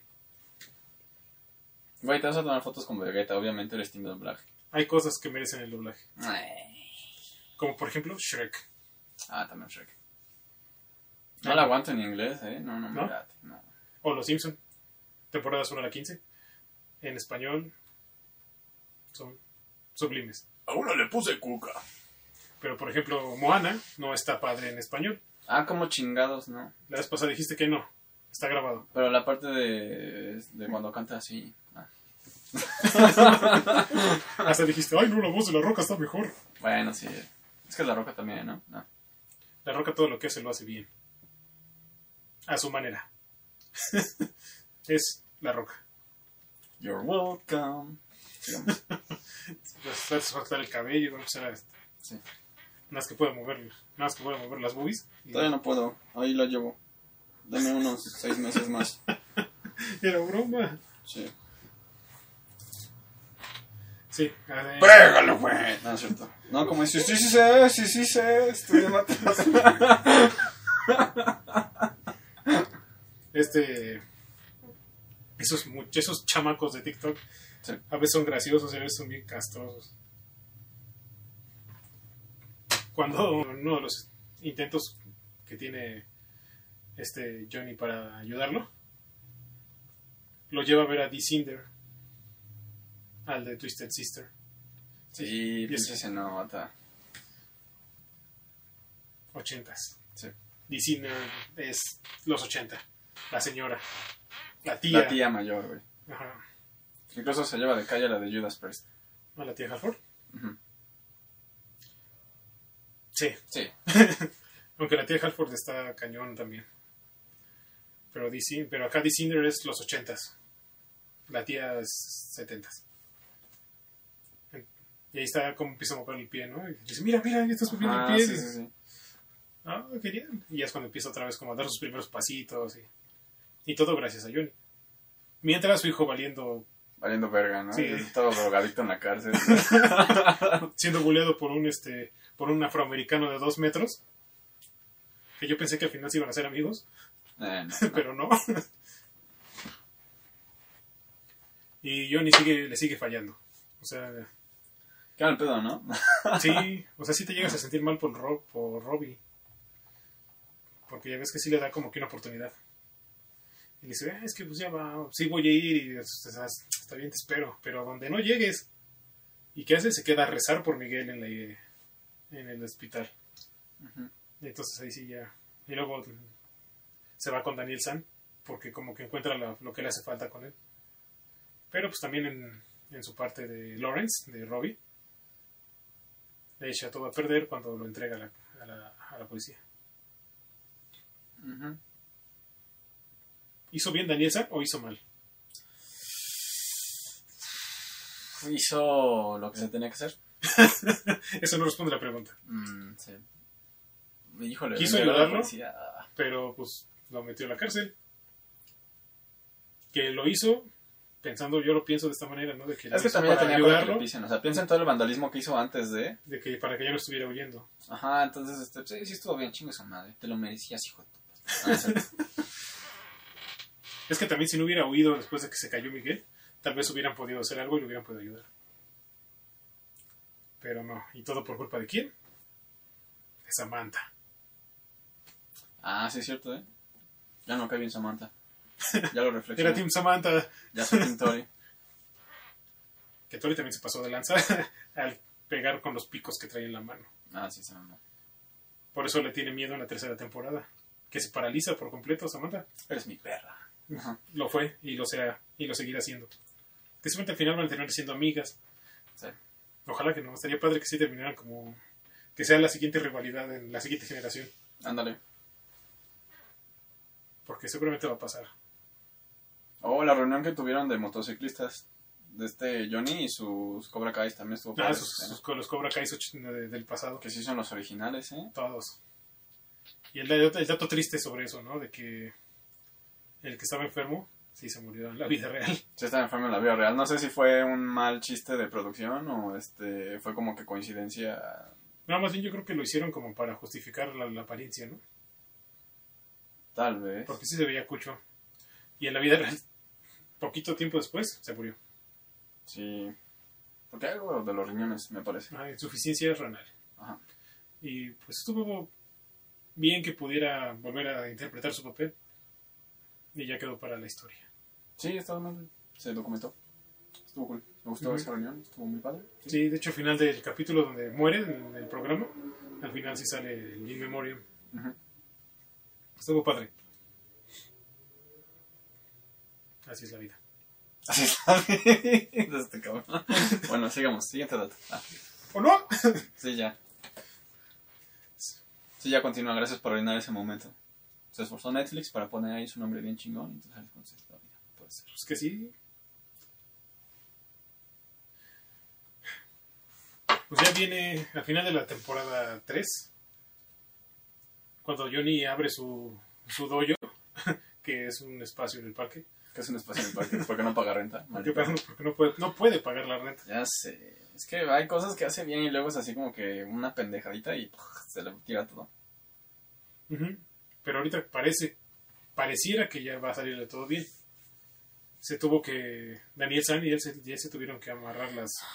Güey, te vas a tomar fotos con Vegeta, obviamente eres team doblaje. Hay cosas que merecen el doblaje. Como por ejemplo Shrek. También Shrek. No la aguanto en inglés, No me ¿No? late, no. O Los Simpson. Temporadas 1 a la 15. En español son sublimes. A uno le puse cuca. Pero por ejemplo Moana no está padre en español. Como chingados, ¿no? La vez pasada dijiste que no. Está grabado. Pero la parte de cuando canta así... Hasta dijiste, ay no, la voz de La Roca está mejor. Bueno, sí. Es que es La Roca también, ¿no? La Roca todo lo que hace lo hace bien. A su manera. Es La Roca. You're welcome. Sigamos. Va a soltar el cabello, va a empezar a... Sí. Nada más que puede mover las boobies. Todavía no puedo. Ahí la llevo. Dame unos 6 meses más. Era broma. Sí. Sí. ¡Pégalo, güey! No, es cierto. No, como dices, sí sé. Estoy de matas. Esos chamacos de TikTok, Sí. a veces son graciosos y a veces son bien castrosos. Cuando uno de los intentos que tiene Johnny para ayudarlo, lo lleva a ver a Dee Cinder, al de Twisted Sister. Sí, Y pinche se nota. 80s. Sí. Dee Cinder es los 80. La señora. La La tía mayor, güey. Ajá. Incluso se lleva de calle a la de Judas Priest. ¿A la tía Halford? Uh-huh. Sí. Sí. Aunque la tía Halford está cañón también. Pero acá Dee Cinder es los 80s. La tía es 70s. Y ahí está como empieza a mover el pie, ¿no? Y dice, mira, ya estás moviendo el pie. Sí. Qué bien. Y ya es cuando empieza otra vez como a dar sus primeros pasitos. Y todo gracias a Johnny. Mientras su hijo valiendo verga, ¿no? Sí. Todo drogadicto en la cárcel. siendo buleado por un afroamericano de 2 metros. Que yo pensé que al final se iban a hacer amigos. No. Pero no. Y Johnny le sigue fallando. O sea, Qué mal pedo, ¿no? sí, sí te llegas a sentir mal por Robbie. Porque ya ves que sí le da como que una oportunidad. Y le dice, es que pues ya va, sí voy a ir y está bien, te espero. Pero donde no llegues. ¿Y qué hace? Se queda a rezar por Miguel en el hospital. Uh-huh. Y entonces ahí sí ya. Y luego se va con Daniel San, porque como que encuentra lo que le hace falta con él. Pero pues también en su parte de Lawrence, de Robbie, le echa todo a perder cuando lo entrega a la policía. Uh-huh. ¿Hizo bien Daniel San o hizo mal? Hizo lo que se tenía que hacer. Eso no responde la pregunta. Sí. Híjole, Quiso vendió a la ayudarlo, policía. pero pues lo metió a la cárcel. Que lo hizo pensando, yo lo pienso de esta manera, ¿no? De que Es que también tenía para que le pisen. O sea, piensa en todo el vandalismo que hizo antes de que para que ya no estuviera huyendo. Ajá, entonces, sí estuvo bien, chingue su madre. Te lo merecías, hijo de tu... Es que también si no hubiera huido después de que se cayó Miguel, tal vez hubieran podido hacer algo y lo hubieran podido ayudar. Pero no. ¿Y todo por culpa de quién? De Samantha. Sí es cierto, Ya no cae bien Samantha. Ya lo reflexioné. Era Team Samantha. Ya soy Team Tori. Que Tori también se pasó de lanza al pegar con los picos que trae en la mano. Sí, se mamó. Por eso le tiene miedo en la 3ª temporada. Que se paraliza por completo Samantha. Eres mi perra. Ajá. Lo fue y lo seguirá haciendo. Que seguramente al final van a terminar siendo amigas. Sí. Ojalá que no. Estaría padre que sí terminaran como... Que sea la siguiente rivalidad en la siguiente generación. Ándale. Porque seguramente va a pasar. La reunión que tuvieron de motociclistas de este Johnny y sus Cobra Kai también estuvo Ah, padre, con los Cobra Kai del pasado. que sí son los originales, Todos. Y el dato triste sobre eso, ¿no? De que el que estaba enfermo, sí se murió en la vida real. Sí estaba enfermo en la vida real. No sé si fue un mal chiste de producción o fue como que coincidencia. No, más bien yo creo que lo hicieron como para justificar la apariencia, ¿no? Tal vez. Porque sí se veía cucho. Y en la vida real, poquito tiempo después, se murió. Sí. Porque algo de los riñones, me parece. Ah, insuficiencia renal. Ajá. Y pues estuvo bien que pudiera volver a interpretar su papel. Y ya quedó para la historia. Sí, estaba mal. Se documentó. Estuvo cool. Me gustó esa reunión. Estuvo muy padre. Sí, de hecho, al final del capítulo donde muere en el programa, al final sí sale el In Memoriam. Ujú. Estuvo padre. Así es la vida. Así está bien. Cabrón. Bueno, sigamos. Siguiente dato. ¿O no? Sí, ya. Sí, ya continúa. Gracias por arruinar ese momento. Se esforzó Netflix para poner ahí su nombre bien chingón. Entonces, puede ser. Pues que sí. Pues ya viene al final de la temporada 3, cuando Johnny abre su dojo, que es un espacio en el parque. Que es un espacio en el parque. ¿Por qué no paga renta? Porque no puede pagar la renta. Ya sé. Es que hay cosas que hace bien y luego es así como que una pendejadita y se le tira todo. Uh-huh. Pero ahorita pareciera que ya va a salirle todo bien. Se tuvo que... Daniel San y él se tuvieron que amarrar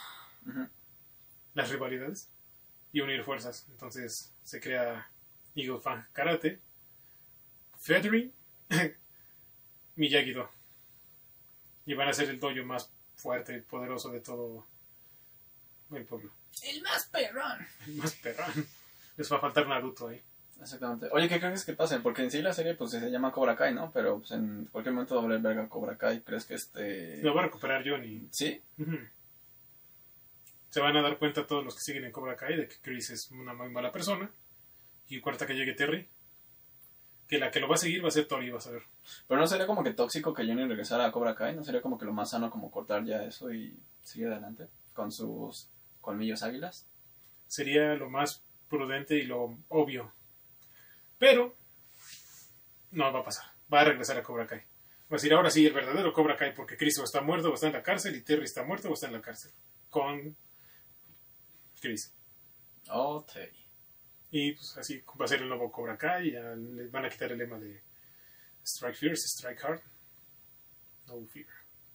las rivalidades y unir fuerzas. Entonces se crea Eagle Fang Karate, Feathering, Miyagi-Do. Y van a ser el dojo más fuerte y poderoso de todo el pueblo. El más perrón. El más perrón. Les va a faltar Naruto ahí. Exactamente. Oye, ¿qué crees que pase? Porque en sí la serie pues se llama Cobra Kai, ¿no? Pero pues en cualquier momento va a valer verga Cobra Kai. ¿Crees que Lo va a recuperar Johnny. ¿Sí? Uh-huh. Se van a dar cuenta todos los que siguen en Cobra Kai de que Chris es una muy mala persona. Y cuarta que llegue Terry, que la que lo va a seguir va a ser Tori, vas a ver. Pero no sería como que tóxico que Johnny regresara a Cobra Kai. ¿No sería como que lo más sano como cortar ya eso y seguir adelante con sus colmillos águilas? Sería lo más prudente y lo obvio. Pero no va a pasar. Va a regresar a Cobra Kai. Va a decir ahora sí el verdadero Cobra Kai, porque Chris o está muerto o está en la cárcel y Terry está muerto o está en la cárcel. Con Chris. Oh, Terry. Y pues así va a ser el nuevo Cobra Kai. Ya le van a quitar el lema de Strike Fierce, Strike Hard, No Fear.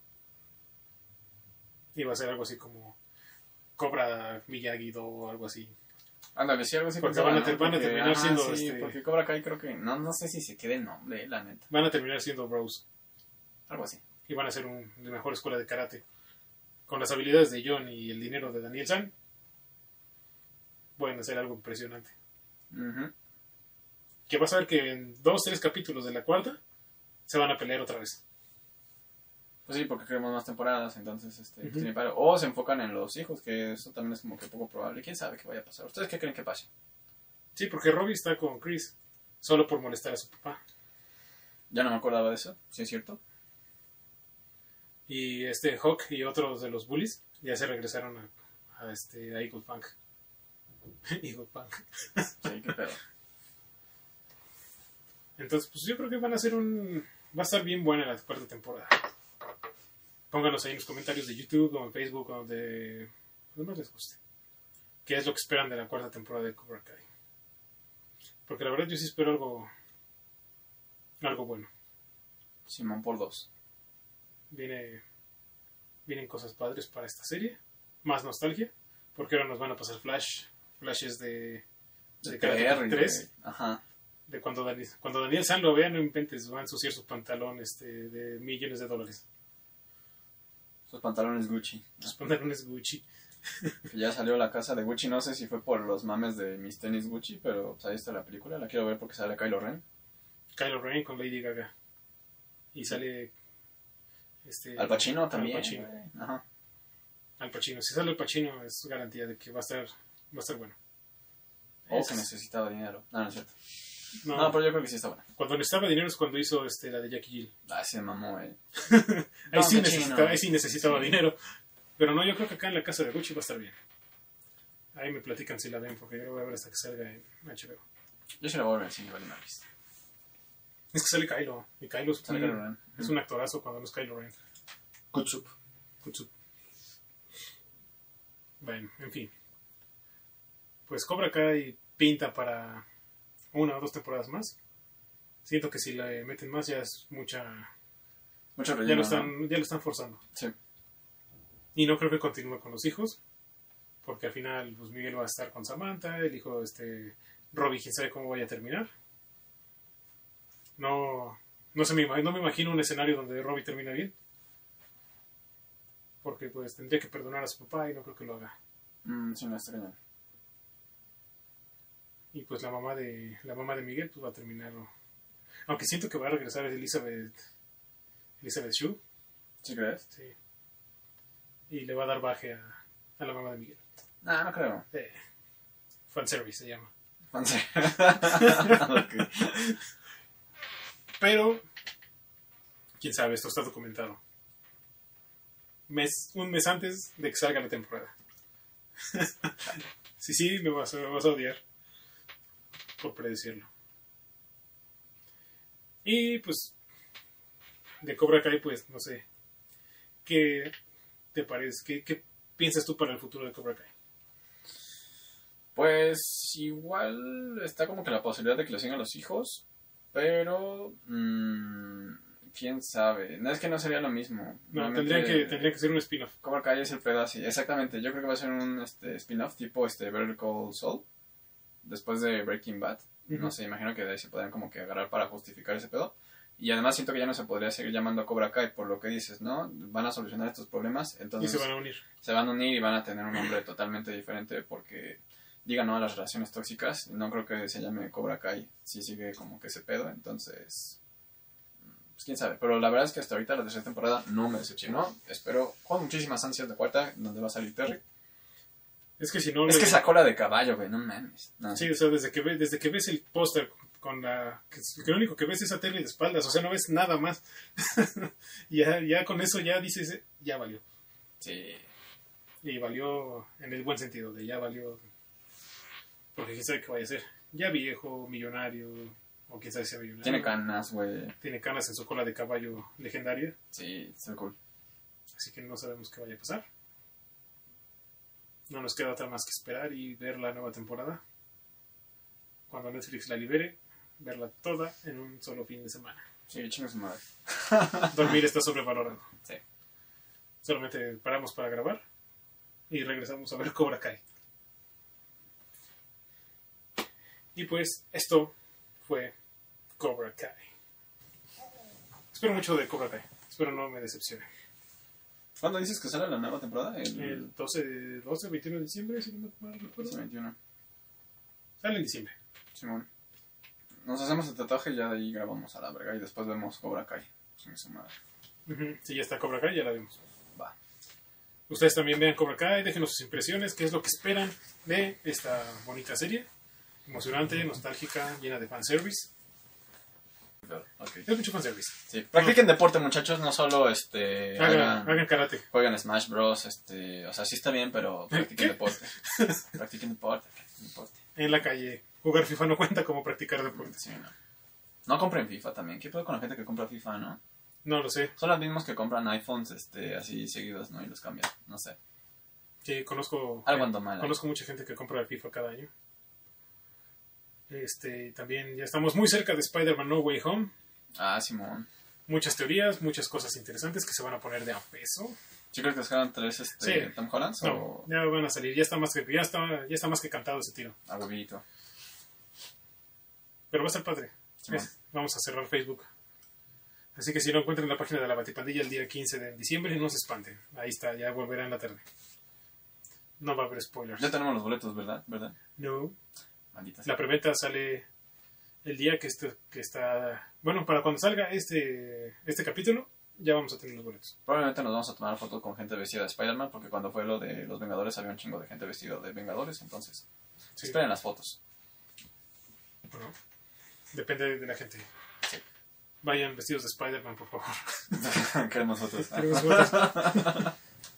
Y va a ser algo así como Cobra Miyagi-Do o algo así. Ándale, sí, algo así. Porque van a terminar siendo... Sí, porque Cobra Kai creo que... No sé si se quede el nombre, la neta. Van a terminar siendo bros. Algo así. Y van a ser la mejor escuela de karate. Con las habilidades de John y el dinero de Daniel San, pueden hacer algo impresionante. Uh-huh. Que vas a ver que en 2-3 capítulos de la cuarta se van a pelear otra vez. Pues sí, porque queremos más temporadas, entonces Uh-huh. tiene paro. O se enfocan en los hijos, que eso también es como que poco probable. ¿Quién sabe qué vaya a pasar? ¿Ustedes qué creen que pase? Sí, porque Robbie está con Chris solo por molestar a su papá. Ya no me acordaba de eso, ¿sí es cierto? Y Hawk y otros de los bullies ya se regresaron a Eagle Fang. Eagle Fang. Sí, qué pedo. Entonces, pues yo creo que va a estar bien buena la cuarta temporada. Pónganos ahí en los comentarios de YouTube o en Facebook o donde más les guste. ¿Qué es lo que esperan de la cuarta temporada de Cobra Kai? Porque la verdad yo sí espero algo bueno. Simón por 2. Vienen cosas padres para esta serie. Más nostalgia. Porque ahora nos van a pasar flashes de Karate 3. Ajá. De cuando Daniel San lo vea, no inventes, va a ensuciar su pantalón de millones de dólares. Sus pantalones Gucci. Sus pantalones Gucci. Que ya salió la casa de Gucci. No sé si fue por los mames de mis tenis Gucci, pero pues, ahí está la película. La quiero ver porque sale Kylo Ren. Kylo Ren con Lady Gaga. Y sale... Al Pacino también. Al Pacino. Ajá. Al Pacino. Si sale el Pacino es garantía de que va a estar bueno. O que necesitaba dinero. No, no es cierto. No, pero yo creo que sí está buena. Cuando necesitaba dinero es cuando hizo la de Jackie Jill. Ah, sí, mamó, Ahí Don sí necesitaba Sí. dinero. Pero no, yo creo que acá en la casa de Gucci va a estar bien. Ahí me platican si la ven, porque yo la voy a ver hasta que salga en HBO. Yo sí la voy a ver al cine, vale madres. Es que sale Kylo. Y Kylo Sale Kylo Ren. es un actorazo cuando no es Kylo Ren. Kutsup. Kutsu. Bueno, en fin. Pues Cobra Kai pinta para 1 o 2 temporadas más. Siento que si le meten más ya es mucha... Mucho relleno, ya lo están forzando. Sí. Y no creo que continúe con los hijos. Porque al final pues Miguel va a estar con Samantha. El hijo Robbie, quién sabe cómo vaya a terminar. No me imagino un escenario donde Robbie termina bien. Porque pues tendría que perdonar a su papá y no creo que lo haga. Sí, no está cañón. Y pues la mamá de Miguel pues va a terminar. Aunque siento que va a regresar Elizabeth Shue. ¿Sí crees? Sí. Y le va a dar baje a la mamá de Miguel. Nah, no creo. Fanservice se llama. Ok. Pero, quién sabe, esto está documentado. Un mes antes de que salga la temporada. Sí, me vas a odiar por predecirlo. Y pues, de Cobra Kai, pues, no sé. ¿Qué te parece? ¿Qué piensas tú para el futuro de Cobra Kai? Pues igual está como que la posibilidad de que lo sigan los hijos, pero quién sabe. No es que no sería lo mismo. No, Realmente, tendría que ser un spin-off. Cobra Kai es el pedo así. Exactamente, yo creo que va a ser un spin-off tipo Better Call Saul, después de Breaking Bad. No sé, imagino que de ahí se podrían como que agarrar para justificar ese pedo. Y además siento que ya no se podría seguir llamando Cobra Kai por lo que dices, ¿no? Van a solucionar estos problemas, entonces Y se van a unir. se van a unir y van a tener un nombre totalmente diferente porque digan no a las relaciones tóxicas. No creo que se llame Cobra Kai si sigue como que ese pedo, entonces pues quién sabe. Pero la verdad es que hasta ahorita la tercera temporada no me decepcionó. Espero con muchísimas ansias de cuarta, donde va a salir Terry. Es que si no... Es que esa cola de caballo, güey, no mames. No. Sí, o sea, desde que ves el póster con que lo único que ves es a Terry de espaldas, o sea, no ves nada más. ya con eso ya dices, ya valió. Sí. Y valió en el buen sentido, de ya valió. Porque quién sabe qué vaya a ser. Ya viejo, millonario, o quién sabe si sea millonario. Tiene canas, güey. Tiene canas en su cola de caballo legendaria. Sí, está cool. Así que no sabemos qué vaya a pasar. No nos queda otra más que esperar y ver la nueva temporada. Cuando Netflix la libere, verla toda en un solo fin de semana. Sí, chinga su madre. Dormir está sobrevalorado. Sí. Solamente paramos para grabar y regresamos a ver Cobra Kai. Y pues esto fue Cobra Kai. Espero mucho de Cobra Kai. Espero no me decepcione. ¿Cuándo dices que sale la nueva temporada? El 21 de diciembre, si no me mal recuerdo. 21. Sale en diciembre. Simón. Nos hacemos el tatuaje y ya de ahí grabamos a la verga y después vemos Cobra Kai. Chinga su madre. Si ya está Cobra Kai, ya la vemos. Va. Ustedes también vean Cobra Kai, déjenos sus impresiones, qué es lo que esperan de esta bonita serie. Emocionante, nostálgica, llena de fanservice. Okay. Es mucho fanservice. Sí. Practiquen deporte, muchachos, no solo Hagan karate. jueguen Smash Bros. O sea, sí está bien, pero practiquen deporte. Practiquen deporte. En la calle. Jugar FIFA no cuenta como practicar deporte. Sí, no. No compren FIFA también. ¿Qué puedo con la gente que compra FIFA, no? No lo sé. Son los mismos que compran iPhones así seguidos, ¿no? Y los cambian. No sé. Sí, conozco Algo ando mal. Conozco mucha gente que compra FIFA cada año. También ya estamos muy cerca de Spider-Man No Way Home. Ah, Simón. Muchas teorías, muchas cosas interesantes que se van a poner de a peso. ¿Sí crees que sacaron 3 Sí. Tom Hollands? No, O ya van a salir, ya está más que cantado ese tiro. a huevito? Pero va a estar padre. Simón. Vamos a cerrar Facebook. Así que si no encuentran la página de la Batipandilla el día 15 de diciembre, no se espanten. Ahí está, ya volverá en la tarde. No va a haber spoilers. Ya tenemos los boletos, ¿verdad? No. Maldita sea. La preventa sale el día que está... Bueno, para cuando salga este capítulo, ya vamos a tener los boletos. Probablemente nos vamos a tomar fotos con gente vestida de Spider-Man, porque cuando fue lo de los Vengadores había un chingo de gente vestida de Vengadores, entonces Sí. esperen las fotos. Bueno, Depende de la gente. Vayan vestidos de Spider-Man, por favor. Que nosotros. Queremos fotos.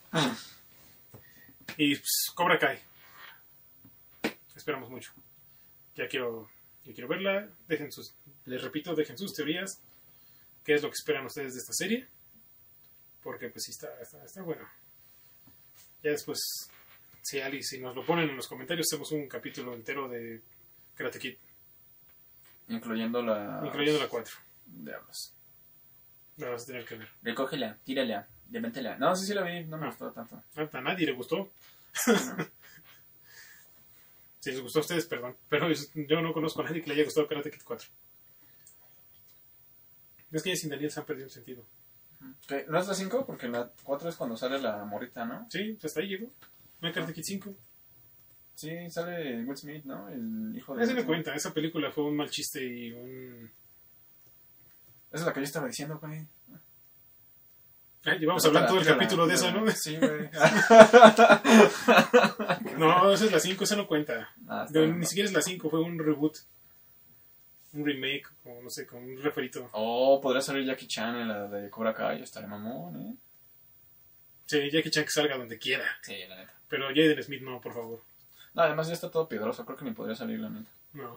Y pues, Cobra Kai. Esperamos mucho. Ya quiero verla. Les repito, dejen sus teorías. ¿Qué es lo que esperan ustedes de esta serie? Porque pues sí está bueno. Ya después, si nos lo ponen en los comentarios, hacemos un capítulo entero de Karate Kid. Incluyendo la 4. Diablos. La vas a tener que ver. Recógela, tírala, deméntela. No, sí la vi, no me gustó tanto. A nadie le gustó. Si les gustó a ustedes, perdón. Pero yo no conozco a nadie que le haya gustado Karate Kid 4. Es que ya sin Daniel se han perdido el sentido. ¿Qué? ¿No es la 5? Porque la 4 es cuando sale la morrita, ¿no? Sí, pues hasta ahí llegó. No hay Karate Kid 5. Sí, sale Will Smith, ¿no? El hijo de... Ese me cuenta. Esa película fue un mal chiste y un... Esa es la que yo estaba diciendo, güey. Llevamos hablando todo el capítulo de eso, ¿no? Sí, güey. No, esa es la 5, esa no cuenta. Ni Bien. siquiera es la 5, fue un reboot. Un remake, o no sé, con un referito. Oh, podría salir Jackie Chan en la de Cobra Kai, estaré mamón, ¿eh? Sí, Jackie Chan que salga donde quiera. Sí, la neta. Pero Jaden Smith no, por favor. No, además ya está todo piedroso, creo que ni podría salir, la neta. No.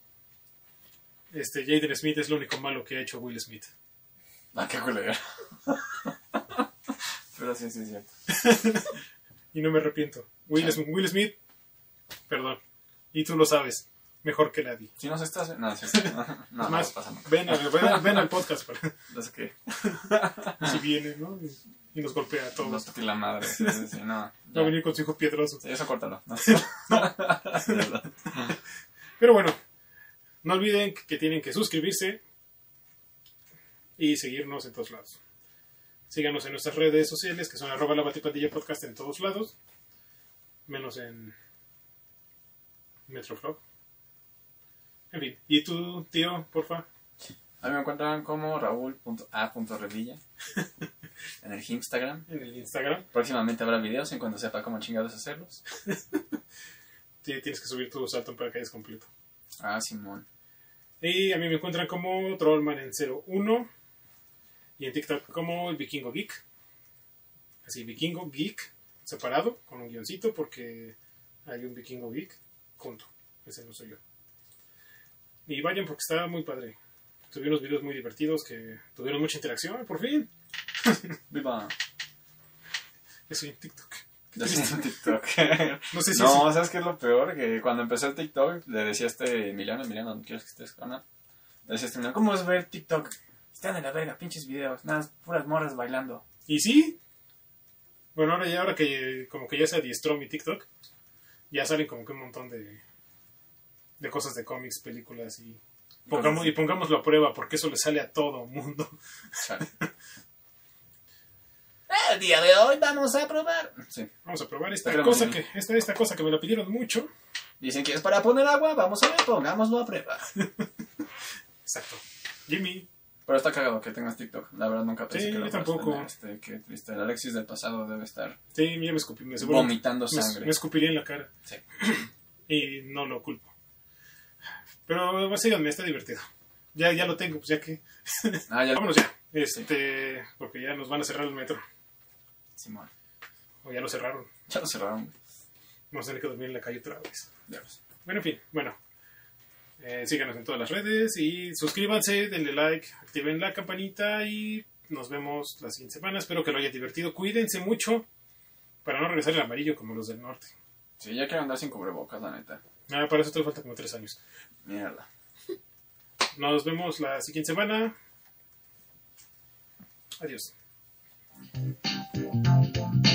Jaden Smith es lo único malo que ha hecho Will Smith. Ah, qué culero. Pero sí, es cierto. Y no me arrepiento. Will Smith, perdón. Y tú lo sabes. Mejor que nadie. Si nos estás... No, sí. No, Es más, no pasa nada. ven al podcast. No sé qué. Si viene, ¿no? Y nos golpea a todos. Nos toque la madre. Sí, no. Va a venir con su hijo piedroso. Sí, eso córtalo. No. Pero bueno, no olviden que tienen que suscribirse y seguirnos en todos lados. Síganos en nuestras redes sociales, que son @labatipandilla podcast en todos lados, menos en Metroflog. En fin, ¿y tú, tío, porfa? A mí me encuentran como raúl.a.revilla en el Instagram. En el Instagram. Próximamente habrá videos en cuanto sepa cómo chingados hacerlos. Sí, tienes que subir tu salto en paracaídas completo. Ah, Simón. Y a mí me encuentran como Trollman en 01 y en TikTok como el Vikingo Geek. Así, Vikingo Geek separado con un guioncito porque hay un Vikingo Geek junto. Ese no soy yo. Y vayan porque está muy padre. Subí unos videos muy divertidos que tuvieron mucha interacción, por fin. ¡Viva! Eso en TikTok. Ya sé en TikTok. No sé si No, ¿sabes qué es lo peor? Que cuando empecé el TikTok le decía a Emiliano, ¿no quieres que estés con él? Le decía a Emiliano, ¿cómo es ver TikTok? Están de la verga, pinches videos, nada, puras morras bailando. ¿Y sí? Bueno, ahora que como que ya se adiestró mi TikTok, ya salen como que un montón de cosas de cómics, películas y pongámoslo a prueba porque eso le sale a todo mundo. Chale. El día de hoy vamos a probar. Sí. Vamos a probar esta Pero cosa bueno. esta cosa que me la pidieron mucho. Dicen que es para poner agua, vamos a ver, pongámoslo a prueba. Exacto. Jimmy. Pero está cagado que tengas TikTok, la verdad nunca pensé Sí, que lo yo fueras tampoco. tener, qué triste, el Alexis del pasado debe estar Sí, ya me escupí. vomitando sangre. Me escupiría en la cara. Sí. Y no lo culpo. Pero síganme, está divertido. Ya lo tengo, pues ya que... Ah, ya. Vámonos ya. Porque ya nos van a cerrar el metro. Simón. O ya lo cerraron. Ya lo cerraron. Vamos a tener que dormir en la calle otra vez. Diablos. Bueno, en fin, síganos en todas las redes y suscríbanse, denle like, activen la campanita y nos vemos la siguiente semana. Espero que lo hayan divertido. Cuídense mucho para no regresar el amarillo como los del norte. Sí, ya quiero andar sin cubrebocas, la neta. Para eso te falta como 3 años. Mierda. Nos vemos la siguiente semana. Adiós.